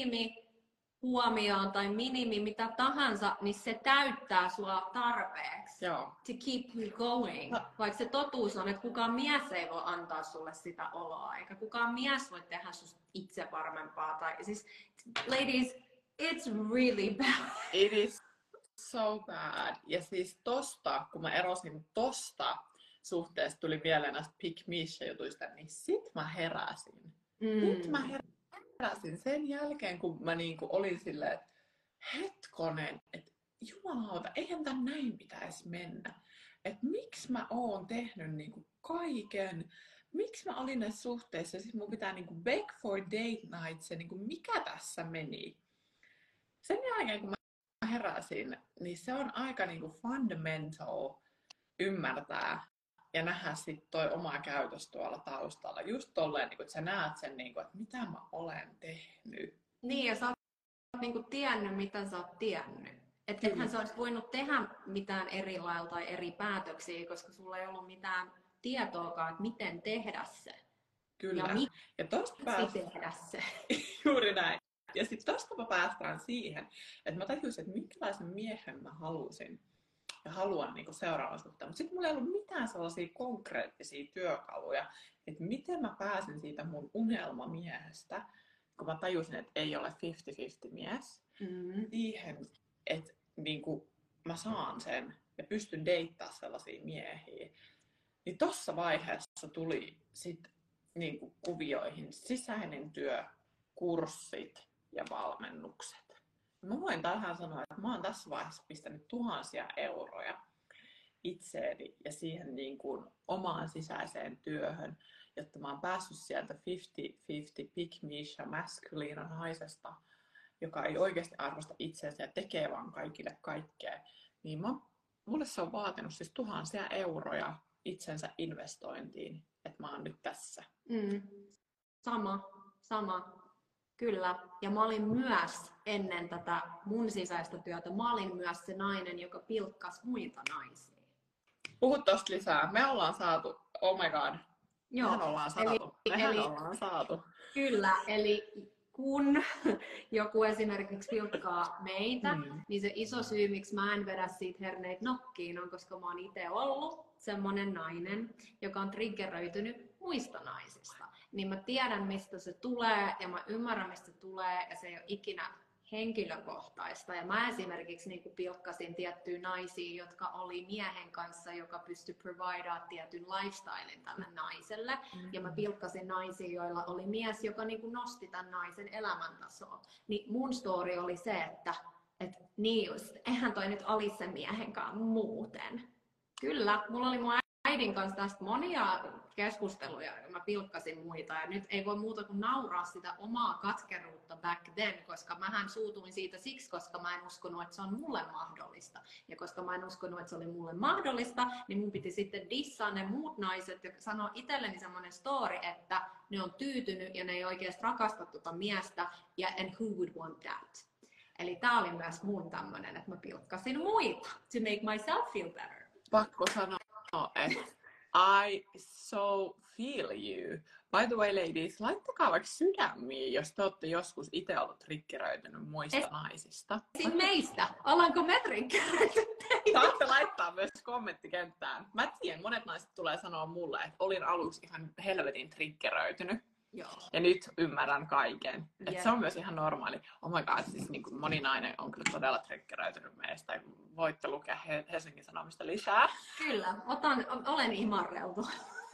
huomioon tai minimi mitä tahansa, niin se täyttää sua tarpeeksi. Joo. To keep you going. Vaikka se totuus on, että kukaan mies ei voi antaa sulle sitä oloa, eikä kukaan mies voi tehdä susta itse varmempaa. Tai, siis, ladies, it's really bad. It is so bad. Ja siis tosta, kun mä erosin tosta suhteesta, tuli vielä näistä Pick Me-jutuista, niin sit mä heräsin. Nyt mä heräsin sen jälkeen, kun mä niinku olin silleen, että hetkonen, että jumalauta, eihän tän näin pitäisi mennä. Että miksi mä oon tehnyt niinku kaiken, miksi mä olin näissä suhteissa, siis mun pitää niinku beg for date nights ja niinku mikä tässä meni. Sen jälkeen, kun mä heräsin, niin se on aika niinku fundamental ymmärtää ja nähdä sitten toi oma käytös tuolla taustalla. Just tolleen, että sä näet sen, että mitä mä olen tehnyt. Niin, ja sä oot tiennyt, mitä sä oot tiennyt. Ethän sä ois voinut tehdä mitään eri lailla tai eri päätöksiä, koska sulla ei ollut mitään tietoakaan, että miten tehdä se. Kyllä. Ja tosta tehdä se. Juuri näin. Ja sitten tosta mä päästään siihen, että mä tajusin, että minkälaisen miehen mä halusin. Ja haluan niin seuraavan suhteen. Mutta sitten mulla ei ollut mitään sellaisia konkreettisia työkaluja, että miten mä pääsen siitä mun unelmamiehestä, kun mä tajusin, että ei ole 50-50 mies, siihen, että niin mä saan sen ja pystyn deittää sellaisia miehiä. Niin tossa vaiheessa tuli sit niin kuvioihin sisäinen työ, kurssit ja valmennukset. Mä voin tähän sanoa, että mä oon tässä vaiheessa pistänyt tuhansia euroja itseeni ja siihen niin kuin omaan sisäiseen työhön, jotta mä oon päässyt sieltä 50-50 pick Misha masculine naisesta, joka ei oikeasti arvosta itseensä ja tekee vaan kaikille kaikkea. Niin mulle se on vaatinut siis tuhansia euroja itsensä investointiin, että mä oon nyt tässä. Sama. Kyllä. Ja mä olin myös ennen tätä mun sisäistä työtä, mä olin myös se nainen, joka pilkkasi muita naisia. puhu tosta lisää. Me ollaan saatu, oh my god, mehän ollaan saatu. Kyllä, eli kun joku esimerkiksi pilkkaa meitä, niin se iso syy, miksi mä en vedä siitä herneitä nokkiin, on koska mä oon itse ollut semmonen nainen, joka on triggeröitynyt muista naisista. Niin mä tiedän, mistä se tulee, ja mä ymmärrän, mistä se tulee, ja se ei ole ikinä henkilökohtaista. Ja mä esimerkiksi niin pilkkasin tiettyjä naisia, jotka oli miehen kanssa, joka pystyi providea tietyn lifestylen tälle naiselle. Ja mä pilkkasin naisia, joilla oli mies, joka niin nosti tämän naisen elämäntasoa. Niin mun story oli se, että niin just, eihän toi nyt olisi sen miehen kanssa muuten. Kyllä, mulla oli mun äidin kanssa tästä monia keskusteluja, ja mä pilkkasin muita, ja nyt ei voi muuta kuin nauraa sitä omaa katkeruutta back then, koska mähän suutuin siitä siksi, koska mä en uskonut, että se on mulle mahdollista. Ja koska mä en uskonut, että se oli mulle mahdollista, niin mun piti sitten dissaa ne muut naiset ja sanoa itselleni semmoinen story, että ne on tyytynyt ja ne ei oikeasti rakasta tota miestä, ja and who would want that? Eli tää oli myös mun tämmönen, että mä pilkkasin muita to make myself feel better. Pakko sanoa, että I so feel you. By the way, ladies, laittakaa vaikka sydämiä, jos te olette joskus itse ollut triggeröitynyt muista naisista. Esim. Meistä. Ollaanko me triggeröitynyt? Saatte laittaa myös kommenttikenttään. Mä tiedän, monet naiset tulee sanoa mulle, että olin aluksi ihan helvetin triggeröitynyt. Joo. Ja nyt ymmärrän kaiken. Että se on myös ihan normaali. Oh my god, siis niin kuin moni nainen on kyllä todella triggeröitynyt meistä. Voitte lukea Helsingin Sanomista lisää. Kyllä, olen imarreltu.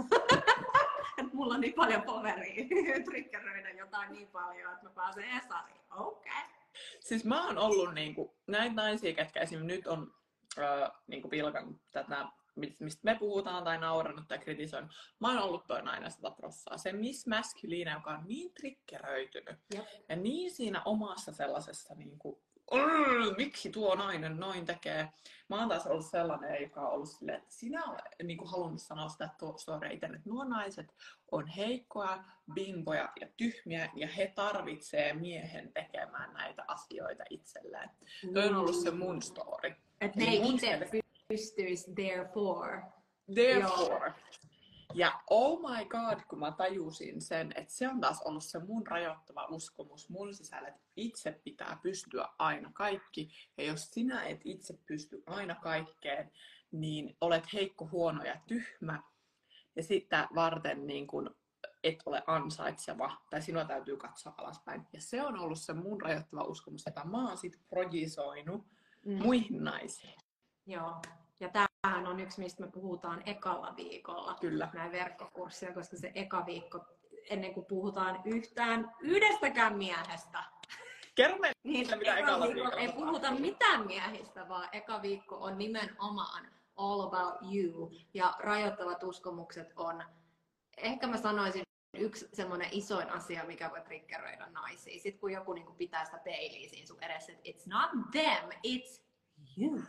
Mulla on niin paljon poveria triggeröidä jotain niin paljon, että mä pääsen Esariin. Okei. Siis mä oon ollut niinku, näitä naisia, ketkä esimerkiksi nyt on niinku pilkannut tätä, mistä me puhutaan tai naurannut tai kritisoinut. Mä oon ollut toi nainen 100%. Se Miss Masculine, joka on niin triggeröitynyt. Jep. Ja niin siinä omassa sellaisessa niinku, miksi tuo nainen noin tekee. Mä oon taas ollut sellainen, joka on ollut silleen, että sinä olet niin halunnut sanoa sitä storya itse, että nuo naiset on heikkoja, bimboja ja tyhmiä, ja he tarvitsee miehen tekemään näitä asioita itselleen. Toi on ollut se mun story. Että ne ei itse pystyisi therefore. Therefore. Ja oh my god, kun mä tajusin sen, että se on taas ollut se mun rajoittava uskomus mun sisällä, että itse pitää pystyä aina kaikki. Ja jos sinä et itse pysty aina kaikkeen, niin olet heikko, huono ja tyhmä. Ja sitä varten niin kun et ole ansaitseva, tai sinua täytyy katsoa alaspäin. Ja se on ollut se mun rajoittava uskomus, jota mä oon sit projisoinut muihin naisiin. Joo. Ja tämähän on yksi, mistä me puhutaan ekalla viikolla. Kyllä. Näin verkkokurssia, koska se eka viikko, ennen kuin puhutaan yhdestäkään miehestä. Kerro meille, niin, mitä ekalla viikolla ei puhuta mitään miehistä, vaan eka viikko on nimenomaan all about you. Ja rajoittavat uskomukset on, ehkä mä sanoisin, yksi semmoinen isoin asia, mikä voi triggeröidä naisia. Sitten kun joku niin pitää sitä peiliä siinä sun edessä, että it's not them, it's you.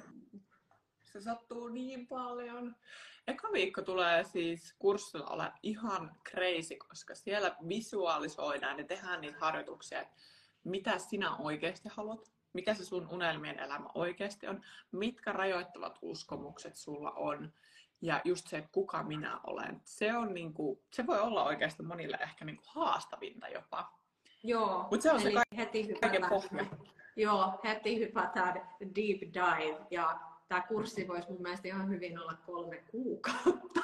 Se sattuu niin paljon. Eka viikko tulee siis kurssilla olla ihan crazy, koska siellä visualisoidaan ja tehdään niitä harjoituksia, että mitä sinä oikeasti haluat, mikä se sun unelmien elämä oikeasti on, mitkä rajoittavat uskomukset sulla on ja just se, että kuka minä olen. Se, on niinku, se voi olla oikeasti monille ehkä niinku haastavinta jopa. Joo, mutta se on eli se heti kaiken pohja. Joo, heti hypätään deep dive ja tämä kurssi voisi mun mielestä ihan hyvin olla 3 kuukautta.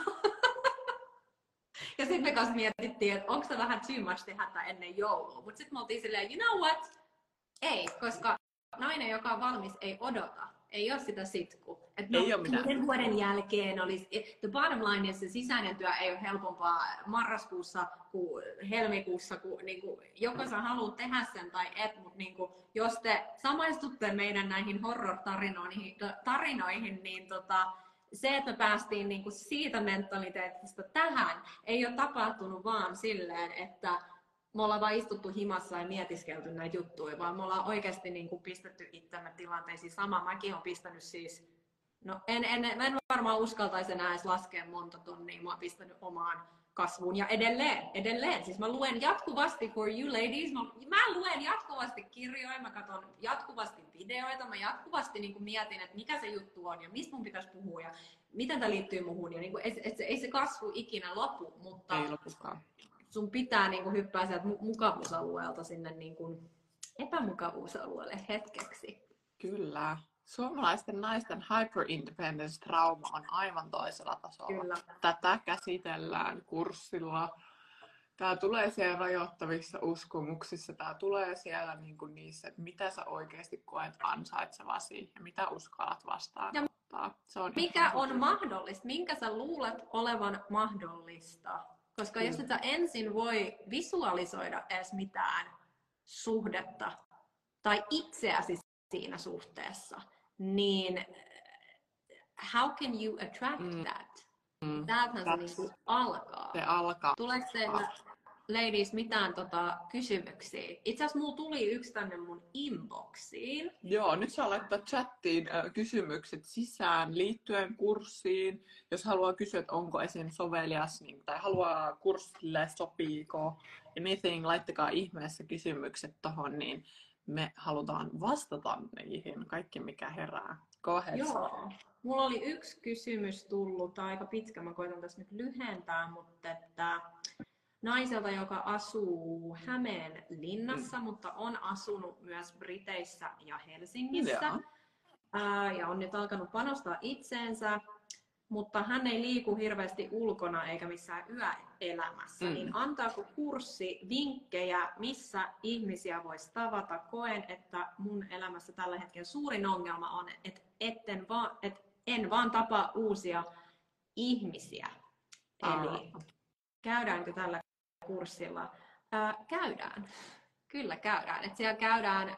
Ja sitten me kanssa mietittiin, että onko se vähän too much tehdä tätä ennen joulua. Mutta sitten me oltiin silleen, you know what? Ei, koska nainen, joka on valmis, ei odota. Ei ole sitä sitku. Että ei ole mitään. Vuoden jälkeen olisi, the bottom line is, se sisäinen työ ei ole helpompaa marraskuussa kuin helmikuussa, kun niin kuin, joko sä haluat tehdä sen tai et, mutta niin kuin, jos te samaistutte meidän näihin horror-tarinoihin, niin se, että me päästiin niin kuin siitä mentaliteetista tähän, ei ole tapahtunut vaan silleen, että me ollaan vaan istuttu himassa ja mietiskelty näitä juttuja, vaan me ollaan oikeasti niin kuin pistetty itsemme tilanteisiin. Sama mäkin olen pistänyt siis, no en varmaan uskaltaisi enää edes laskea monta tonnia, mä oon pistänyt omaan kasvuun. Ja edelleen. Siis mä luen jatkuvasti for you ladies, mä luen jatkuvasti kirjoja, mä katson jatkuvasti videoita, mä jatkuvasti niin kuin mietin, että mikä se juttu on ja mistä mun pitäisi puhua. Ja miten tämä liittyy muhun. Ja niin kuin, ei se kasvu ikinä lopu, mutta Ei lopukaan. sun pitää niin kuin, hyppää sieltä mukavuusalueelta sinne niin kuin, epämukavuusalueelle hetkeksi. Kyllä. Suomalaisten naisten hyper-independence-trauma on aivan toisella tasolla. Kyllä. Tätä käsitellään kurssilla. Tämä tulee siellä rajoittavissa uskomuksissa. Tämä tulee siellä niin kuin niissä, että mitä sä oikeasti koet ansaitsevasi ja mitä uskallat vastaanottaa. Mikä on mahdollista? Minkä sä luulet olevan mahdollista? Koska jos et sä ensin voi visualisoida edes mitään suhdetta tai itseäsi siinä suhteessa, niin how can you attract that? Täältähän se niinku alkaa. Se alkaa. Tuleeko teillä, ladies, mitään kysymyksiä? Itse asiassa mulla tuli yksi tänne mun inboxiin. Joo, nyt saa laittaa chattiin kysymykset sisään liittyen kurssiin. Jos haluaa kysyä, että onko esim. Sovelias tai haluaa kurssille, sopiiko anything, laittakaa ihmeessä kysymykset tohon, niin me halutaan vastata niihin, kaikki mikä herää. Go ahead. Joo. Mulla oli yksi kysymys tullut, aika pitkä, mä koitan tässä nyt lyhentää, mutta että naiselta, joka asuu Hämeenlinnassa, mutta on asunut myös Briteissä ja Helsingissä. Ja on nyt alkanut panostaa itseensä, mutta hän ei liiku hirveästi ulkona eikä missään yöelämässä. Niin antaako kurssi vinkkejä, missä ihmisiä voisi tavata? Koen, että mun elämässä tällä hetkellä suurin ongelma on, että en vaan tapaa uusia ihmisiä. Eli käydäänkö tällä kurssilla? Käydään. Kyllä käydään. Et siellä käydään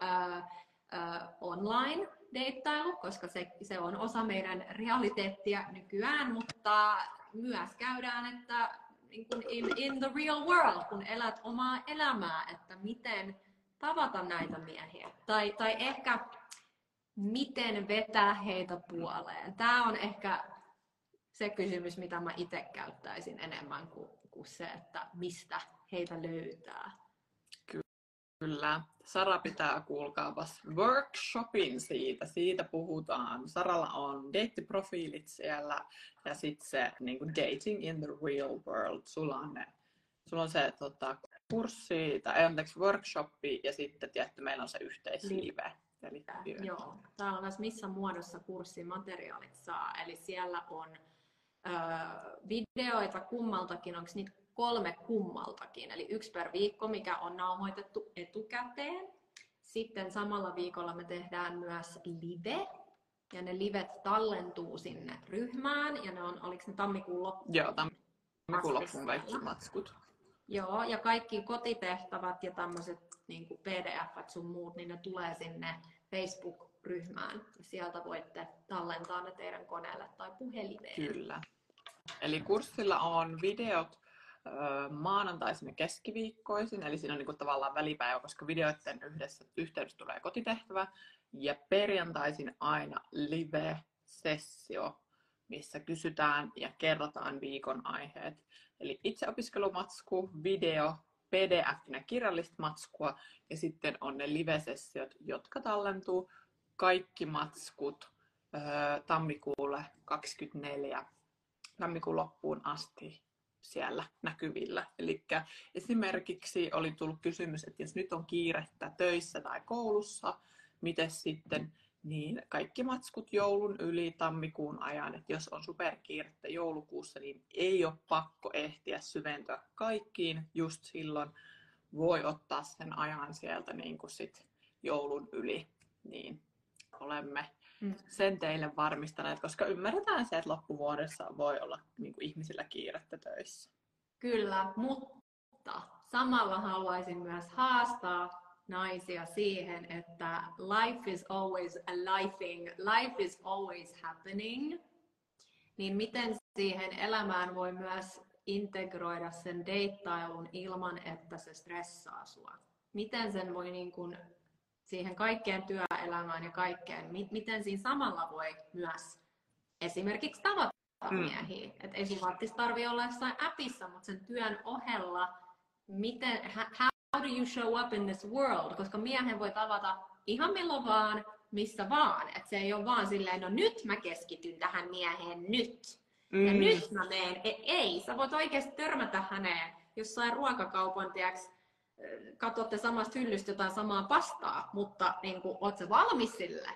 online-deittailu, koska se on osa meidän realiteettia nykyään, mutta myös käydään, että in the real world, kun elät omaa elämää, että miten tavata näitä miehiä. Tai ehkä miten vetää heitä puoleen. Tämä on ehkä se kysymys, mitä mä itse käyttäisin enemmän kuin se, että mistä heitä löytää. Kyllä. Sara pitää, kuulkaapas, workshopin siitä puhutaan. Saralla on deittiprofiilit siellä ja sitten se niin kuin dating in the real world. Sulla on se kurssi, tai workshopi ja sitten tietty meillä on se yhteislive. Joo, täällä on myös missä muodossa kurssimateriaalit saa. Eli siellä on videoita kummaltakin, onko niitä 3 kummaltakin, eli 1 per viikko, mikä on nauhoitettu etukäteen. Sitten samalla viikolla me tehdään myös live, ja ne livet tallentuu sinne ryhmään, ja ne on, oliko ne tammikuun loppuun? Joo, tammikuun loppuun kaikki matskut. Joo, ja kaikki kotitehtävät ja tämmöiset niin kuin pdf-t sun muut, niin ne tulee sinne Facebook-ryhmään. Ja sieltä voitte tallentaa ne teidän koneelle tai puhelimeen. Kyllä. Eli kurssilla on videot maanantaisin ja keskiviikkoisin, eli siinä on niin tavallaan välipäivä, koska videoiden yhteydessä tulee kotitehtävä, ja perjantaisin aina live-sessio, missä kysytään ja kerrotaan viikon aiheet. Eli itseopiskelumatsku, video, PDF-nä kirjallista matskua, ja sitten on ne live-sessiot, jotka tallentuu kaikki matskut tammikuulle 24, tammikuun loppuun asti siellä näkyvillä. Eli esimerkiksi oli tullut kysymys, että jos nyt on kiirettä töissä tai koulussa, miten sitten, niin kaikki matskut joulun yli tammikuun ajan, että jos on superkiirettä joulukuussa, niin ei ole pakko ehtiä syventyä kaikkiin just silloin. Voi ottaa sen ajan sieltä niin kuin sit joulun yli, niin olemme sen teille varmistaneet, koska ymmärretään se, että loppuvuodessa voi olla niin kuin ihmisillä kiirettä töissä. Kyllä, mutta samalla haluaisin myös haastaa naisia siihen, että life is always a lifing, life is always happening. Niin miten siihen elämään voi myös integroida sen deittailun ilman, että se stressaa sua? Miten sen voi niin kuin siihen kaikkeen työelämään ja kaikkeen, miten siinä samalla voi myös esimerkiksi tavata miehiä. Et ei sun välttämättä tarvitse olla jossain appissa, mutta sen työn ohella, how do you show up in this world? Koska miehen voi tavata ihan milloin vaan, missä vaan. Että se ei ole vaan silleen, no nyt mä keskityn tähän mieheen nyt. Ja nyt mä meen. Ei, sä voit oikeasti törmätä häneen jossain ruokakaupan, tiiäks, katsotte samasta hyllystä jotain samaa pastaa, mutta niin kuin, oot sä valmis sille?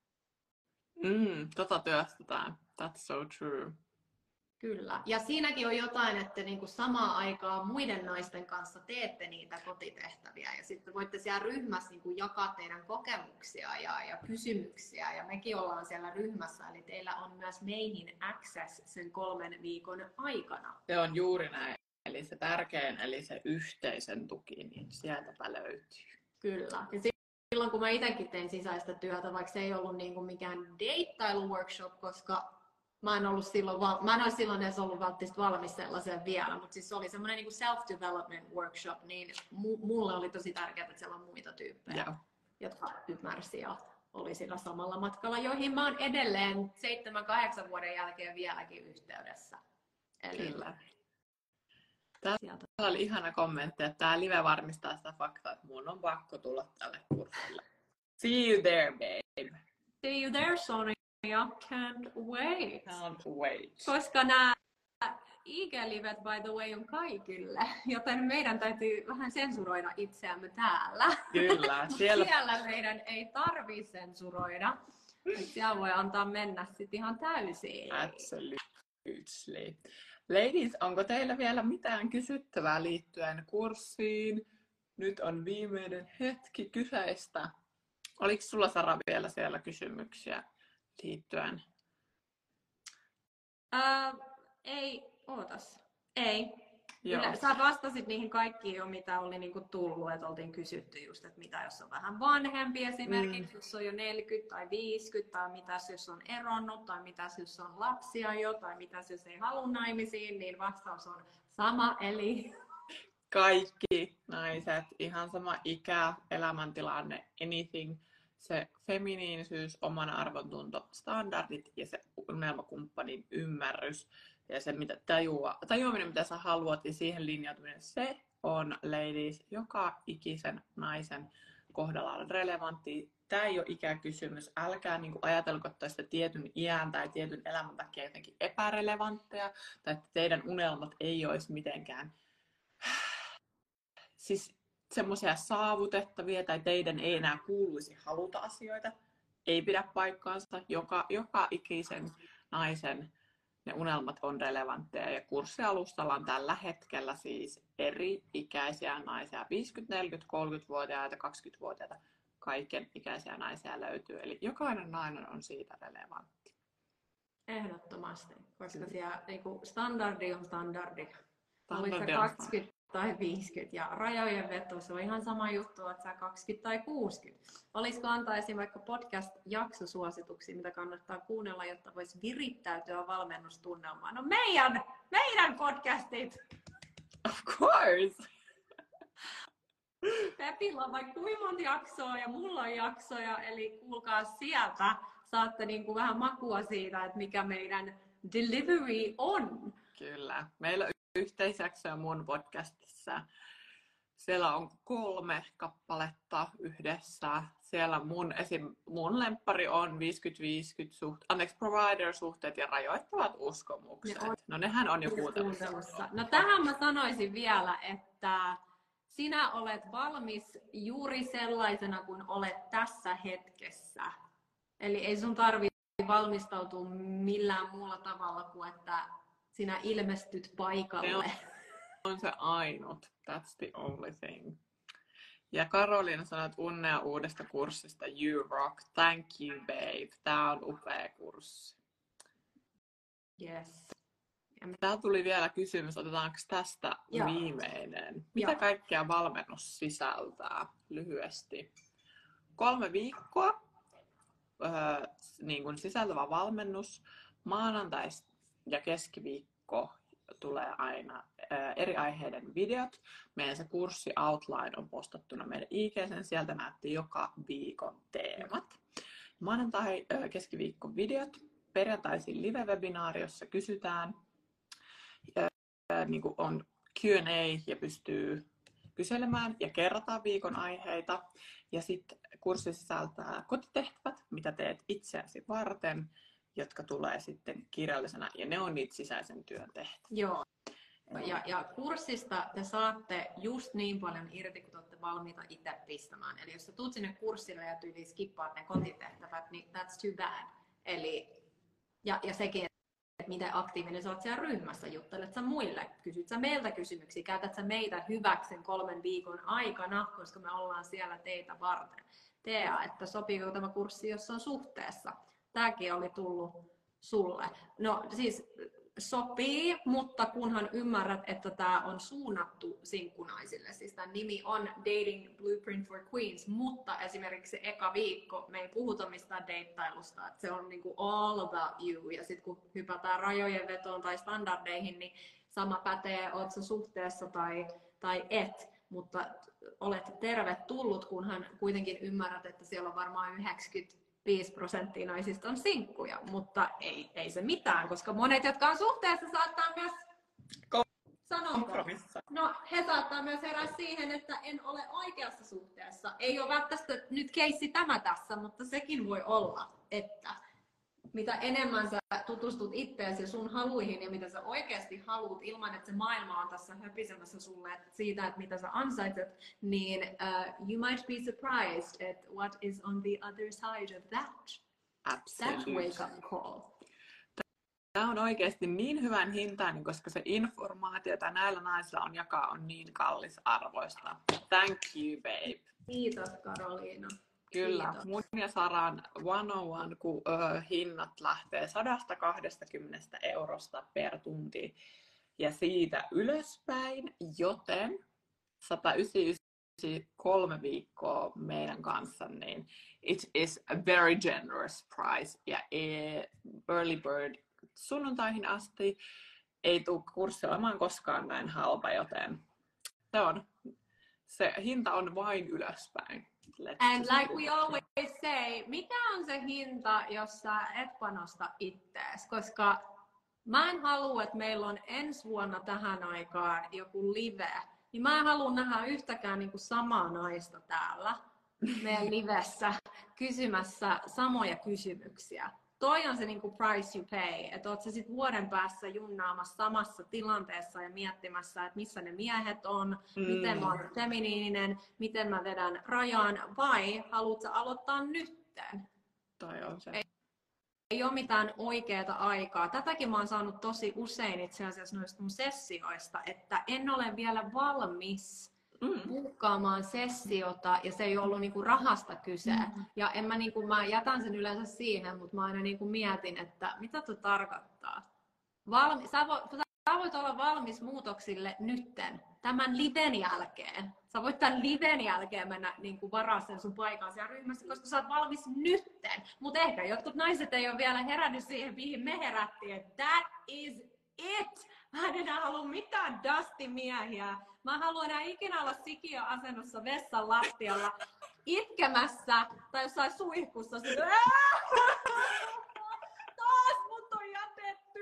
Tota työstetään. That's so true. Kyllä. Ja siinäkin on jotain, että niin kuin samaan aikaan muiden naisten kanssa teette niitä kotitehtäviä ja sitten voitte siellä ryhmässä niin kuin jakaa teidän kokemuksia ja kysymyksiä ja mekin ollaan siellä ryhmässä, eli teillä on myös meihin access sen 3 viikon aikana. Se on juuri näin. Eli se tärkein, eli se yhteisen tuki, niin sieltäpä löytyy. Kyllä. Ja silloin kun mä itsekin tein sisäistä työtä, vaikka se ei ollut niin kuin mikään deittailu-workshop, koska mä en olisi silloin edes ollut välttämättä valmis sellaiseen vielä, mutta siis se oli semmoinen niin kuin self-development workshop, niin mulle oli tosi tärkeää, että siellä on muita tyyppejä, jotka ymmärsi ja oli sillä samalla matkalla, joihin mä oon edelleen 7-8 vuoden jälkeen vieläkin yhteydessä. Eli kyllä. Täällä oli ihana kommentti, että tämä live varmistaa sitä faktaa, että mun on pakko tulla tälle kurssille. See you there, babe. See you there, Sonia. Can't wait. Can't wait. Koska nämä IG-livet, by the way, on kaikille, joten meidän täytyy vähän sensuroida itseämme täällä. Kyllä. Siellä meidän ei tarvitse sensuroida. Siellä voi antaa mennä sitten ihan täysin. Absolutely. Ladies, onko teillä vielä mitään kysyttävää liittyen kurssiin? Nyt on viimeinen hetki kyseistä. Oliko sulla, Sara, vielä siellä kysymyksiä liittyen? Ei, ootas. Ei. Joo. Sä vastasit niihin kaikkiin jo, mitä oli niinku tullut, että oltiin kysytty just, että mitä jos on vähän vanhempi esimerkiksi, jos on jo 40 tai 50, tai mitäs jos on eronnut, tai mitäs jos on lapsia jo, tai mitäs jos ei halua naimisiin, niin vastaus on sama, eli kaikki naiset, ihan sama ikä, elämäntilanne, anything, se feminiinisyys, oman arvontunto, standardit ja se unelmakumppanin ymmärrys ja se mitä tajuaminen, mitä sä haluat ja siihen linjautuminen, se on, ladies, joka ikisen naisen kohdalla on relevantti. Tämä ei ole ikäkysymys. Älkää ajatelko, että sitä tietyn iän tai tietyn elämän takia jotenkin epärelevantteja tai että teidän unelmat ei olisi mitenkään siis semmoisia saavutettavia tai teidän ei enää kuuluisi haluta asioita. Ei pidä paikkaansa. Joka ikisen naisen ne unelmat on relevantteja ja kurssialustalla on tällä hetkellä siis eri ikäisiä naisia, 50, 40, 30-vuotiaita, 20-vuotiaita, kaiken ikäisiä naisia löytyy. Eli jokainen nainen on siitä relevantti. Ehdottomasti, koska siellä standardi on standardi. Standardi Oliko se 20 tai 50 ja rajojen veto, se on ihan sama juttu, että sä 20 tai 60. Olisiko antaa esimerkiksi vaikka podcast-jaksosuosituksia, mitä kannattaa kuunnella, jotta voisi virittäytyä valmennustunnelmaan? No meidän podcastit! Of course! Pepillä on vaikka kuinka monta jaksoa ja mulla on jaksoja, eli kuulkaa sieltä. Saatte vähän makua siitä, että mikä meidän delivery on. Kyllä. Meillä on yhteisjaksoja mun podcastissa. Siellä on 3 kappaletta yhdessä. Siellä mun lemppari on 50-50 provider-suhteet ja rajoittavat uskomukset. No nehän on jo kuuntelussa. No tähän mä sanoisin vielä, että sinä olet valmis juuri sellaisena kuin olet tässä hetkessä. Eli ei sun tarvitse valmistautua millään muulla tavalla kuin että sinä ilmestyt paikalle. On se ainut. That's the only thing. Ja Karoliina sanoi, että onnea uudesta kurssista. You rock. Thank you, babe. Tää on upea kurssi. Yes. Täällä tuli vielä kysymys, otetaanko tästä viimeinen? Mitä kaikkea valmennus sisältää lyhyesti? 3 viikkoa niin kuin sisältävä valmennus. Maanantai ja keskiviikko tulee aina eri aiheiden videot. Meidän se kurssi outline on postattuna meidän IG:sen. Sieltä näette joka viikon teemat. Maanantai, keskiviikko videot. Perjantaisin live-webinaari, jossa kysytään. Niin kuin on Q&A ja kyselemään ja kerrotaan viikon aiheita. Ja sitten kurssi sisältää kotitehtävät, mitä teet itseäsi varten, jotka tulee sitten kirjallisena, ja ne on niitä sisäisen työn tehtäviä. Joo. Ja kurssista te saatte just niin paljon irti, kun te olette valmiita itse pistämään. Eli jos sä tuut sinne kurssille ja tyyliin skippaat ne kotitehtävät, niin that's too bad. Eli, ja sekin, että miten aktiivinen sä oot siellä ryhmässä, juttelet sä muille, kysyt sä meiltä kysymyksiä, käytät sä meitä hyväksi sen 3 viikon aikana, koska me ollaan siellä teitä varten. Tea, että sopiiko tämä kurssi, jos on suhteessa. Tääkin oli tullut sulle. No siis sopii, mutta kunhan ymmärrät, että tämä on suunnattu sinkkunaisille. Siis tämän nimi on Dating Blueprint for Queens, mutta esimerkiksi se eka viikko me ei puhuta mistään deittailusta. Että se on niinku all about you. Ja sitten kun hypätään rajojen vetoon tai standardeihin, niin sama pätee, oot sä suhteessa tai et. Mutta olet tervetullut, kunhan kuitenkin ymmärrät, että siellä on varmaan 95% naisista on sinkkuja, mutta ei se mitään, koska monet, jotka on suhteessa, saattaa myös kompromissa. No, he saattaa myös herää siihen, että en ole oikeassa suhteessa. Ei ole välttämättä nyt keissi tämä tässä, mutta sekin voi olla, että mitä enemmän sä tutustut itseesi ja sun haluihin ja mitä sä oikeasti haluat ilman, että se maailma on tässä höpisemässä sulle siitä, että mitä sä ansaitset, niin you might be surprised at what is on the other side of that. Absolutely. That wake up call. Tämä on oikeasti niin hyvän hintainen, koska se informaatio, jota näillä naisilla on jakaa, on niin kallisarvoista. Thank you, babe. Kiitos, Karoliina. Kyllä, Kiitos. mun ja Saran 101, kun hinnat lähtee 120 eurosta per tunti ja siitä ylöspäin, joten 193 viikkoa meidän kanssa, niin it is a very generous price ja early bird sunnuntaihin asti ei tule kurssi olemaan koskaan näin halpa, joten se hinta on vain ylöspäin. And like we always say, mikä on se hinta, jos sä et panosta ittees? Koska mä en halua, että meillä on ensi vuonna tähän aikaan joku live. Niin mä en halua nähdä yhtäkään niin kuin samaa naista täällä meidän livessä kysymässä samoja kysymyksiä. Toi on se niin kuin price you pay, että oot sä sit vuoden päässä junnaamassa samassa tilanteessa ja miettimässä, että missä ne miehet on, miten mä oon feminiininen, miten mä vedän rajan, vai haluat sä aloittaa nytten? Toi on se. Ei ole mitään oikeaa aikaa. Tätäkin mä oon saanut tosi usein itse asiassa noista mun sessioista, että en ole vielä valmis bukkaamaan sessiota ja se ei ollut niinku rahasta kyse. Ja mä jätän sen yleensä siihen, mutta mä aina niinku mietin, että mitä tuo tarkoittaa. Sä voit olla valmis muutoksille nytten, tämän liven jälkeen. Sä voit tämän liven jälkeen mennä niinku varaa sen sun paikan siellä ryhmässä, koska sä oot valmis nytten. Mutta ehkä jotkut naiset ei ole vielä herännyt siihen, mihin me herättiin, että that is it! Mä en enää halua mitään dusty-miehiä. Mä haluan enää ikinä olla sikiöasennossa vessan lattialla itkemässä tai jossain suihkussa. Taas mut on jätetty!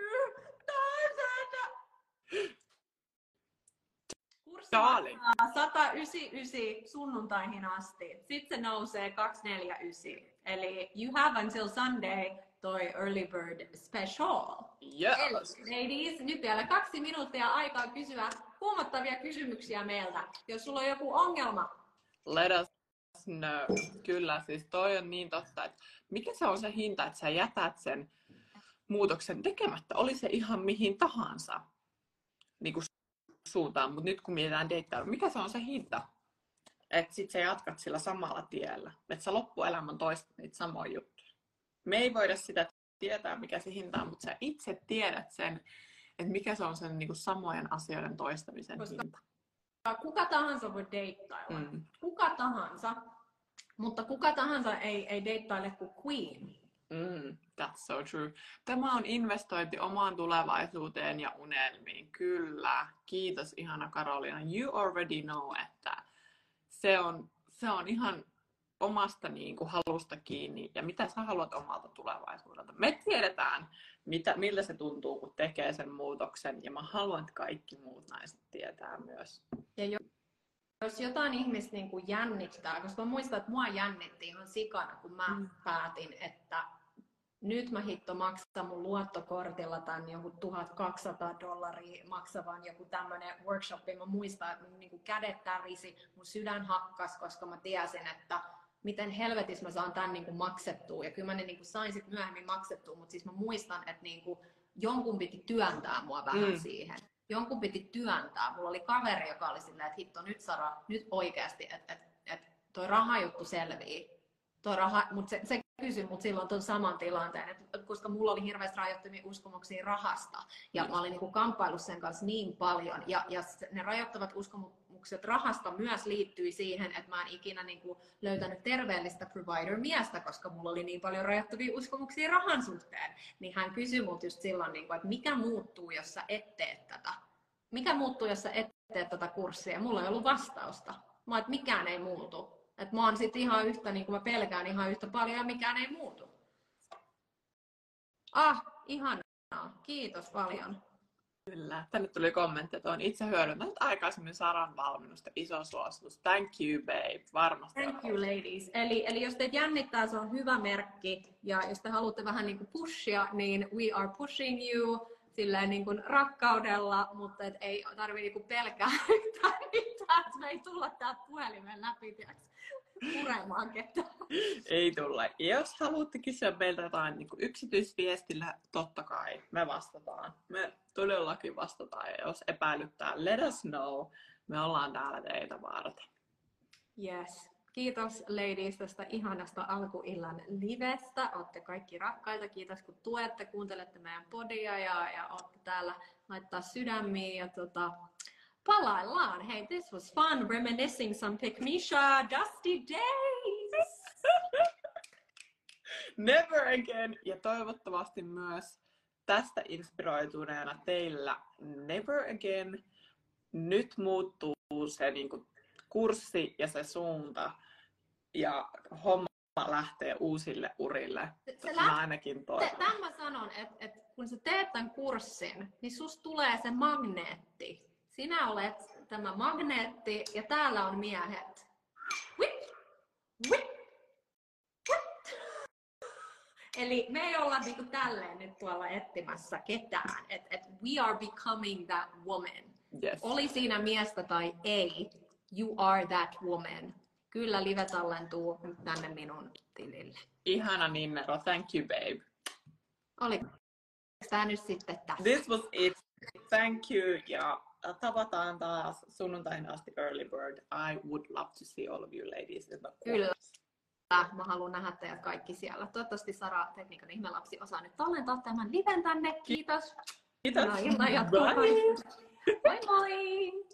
Kurssi maksaa 199 sunnuntaihin asti. Sitten se nousee 249. Eli you have until Sunday toi early bird special. Yes. Eli ladies, nyt vielä 2 minuuttia aikaa kysyä huomattavia kysymyksiä meiltä. Jos sulla on joku ongelma. Let us know. Kyllä, siis toi on niin totta, että mikä se on se hinta, että sä jätät sen muutoksen tekemättä. Oli se ihan mihin tahansa niin kuin suuntaan, mutta nyt kun mietitään deittailua, mikä se on se hinta? Että sit sä jatkat sillä samalla tiellä. Että sä loppuelämän toistat niitä samoja juttuja. Me ei voida sitä tietää, mikä se hinta on, mutta sä itse tiedät sen, että mikä se on sen niin kuin samojen asioiden toistamisen hinta. Kuka tahansa voi deittailla. Kuka tahansa. Mutta kuka tahansa ei deittaile kuin queen. That's so true. Tämä on investointi omaan tulevaisuuteen ja unelmiin. Kyllä. Kiitos ihana Karoliina. You already know, että se on ihan omasta niin kuin halusta kiinni ja mitä sä haluat omalta tulevaisuudelta. Me tiedetään, miltä se tuntuu, kun tekee sen muutoksen ja mä haluan, että kaikki muut naiset tietää myös. Ja jos jotain ihmistä niin kuin jännittää, koska mä muistan, että mua jännitti ihan sikana, kun mä päätin, että nyt mä hitto maksan mun luottokortilla tämän joku $1,200 maksavan joku tämmönen workshopi. Mä muistan, että mun niin kuin kädet tärisi, mun sydän hakkas, koska mä tiesin, että miten helvetissä mä saan tämän niin kuin maksettua. Ja kyllä mä ne niin kuin sain sit myöhemmin maksettua, mutta siis mä muistan, että niin kuin jonkun piti työntää mua vähän siihen. Jonkun piti työntää. Mulla oli kaveri, joka oli silleen, että hitto nyt Sara, nyt oikeasti, että toi rahajuttu selvii. Mutta se kysyi mut silloin tuon saman tilanteen, että koska mulla oli hirveästi rajoittamia uskomuksia rahasta. Ja mä olin niin kuin kamppailu sen kanssa niin paljon. Ja ne rajoittavat uskomukset rahasta myös liittyi siihen, että mä en ikinä niin kuin löytänyt terveellistä provider-miestä, koska mulla oli niin paljon rajoittavia uskomuksia rahan suhteen. Niin hän kysyi mut just silloin, niin kuin, että mikä muuttuu, jos sä et tee tätä? Mikä muuttuu, jos sä et tee tätä kurssia? Mulla ei ollut vastausta. Mä oon, että mikään ei muutu. Että mä oon sit ihan yhtä, niin kuin mä pelkään ihan yhtä paljon ja mikään ei muutu. Ihanaa. Kiitos paljon. Kyllä. Tänne tuli kommentti, että olen itse hyödyntänyt aikaisemmin Saran valmennusta. Iso suositus. Thank you, babe. Varmasti. Thank you, ladies. Eli jos teitä jännittää, se on hyvä merkki. Ja jos te haluatte vähän niin kuin pushia, niin we are pushing you silleen niin kuin rakkaudella, mutta et ei tarvitse niin kuin pelkää yhtään mitään, että me ei tulla täältä puhelimen läpi puremaan ketään. Ei tulla. Jos haluatte kysyä meiltä jotain niin kuin yksityisviestillä, totta kai me vastataan. Me todellakin vastataan. Ja jos epäilyttää, let us know. Me ollaan täällä teitä varten. Yes. Kiitos ladies tästä ihanasta alkuillan livestä. Olette kaikki rakkaita. Kiitos kun tuette, kuuntelette meidän podia ja olette täällä laittaa sydämiä. Ja palaillaan. Hey, this was fun. Reminiscing some Pygmisha dusty days. Never again. Ja toivottavasti myös tästä inspiroituneena teillä never again. Nyt muuttuu se niin kuin kurssi ja se suunta ja homma lähtee uusille urille. Mä ainakin toivon. Tämän mä sanon, että kun sä teet tämän kurssin, niin susta tulee se magneetti. Sinä olet tämä magneetti ja täällä on miehet. Eli me ei olla niinku tälleen nyt tuolla etsimässä ketään. Et we are becoming that woman. Yes. Oli siinä miestä tai ei, you are that woman. Kyllä live tallentuu tänne minun tilille. Ihana Ninnero, thank you babe. Oliko tämä nyt sitten tässä? This was it. Thank you ja tavataan taas sunnuntaina asti early bird. I would love to see all of you ladies in the course. Kyllä. Mä haluan nähdä teidät kaikki siellä. Toivottavasti Sara, tekniikan ihmelapsi, osaa nyt tallentaa tämän liven tänne. Kiitos. Kiitos. Bye. Moi moi!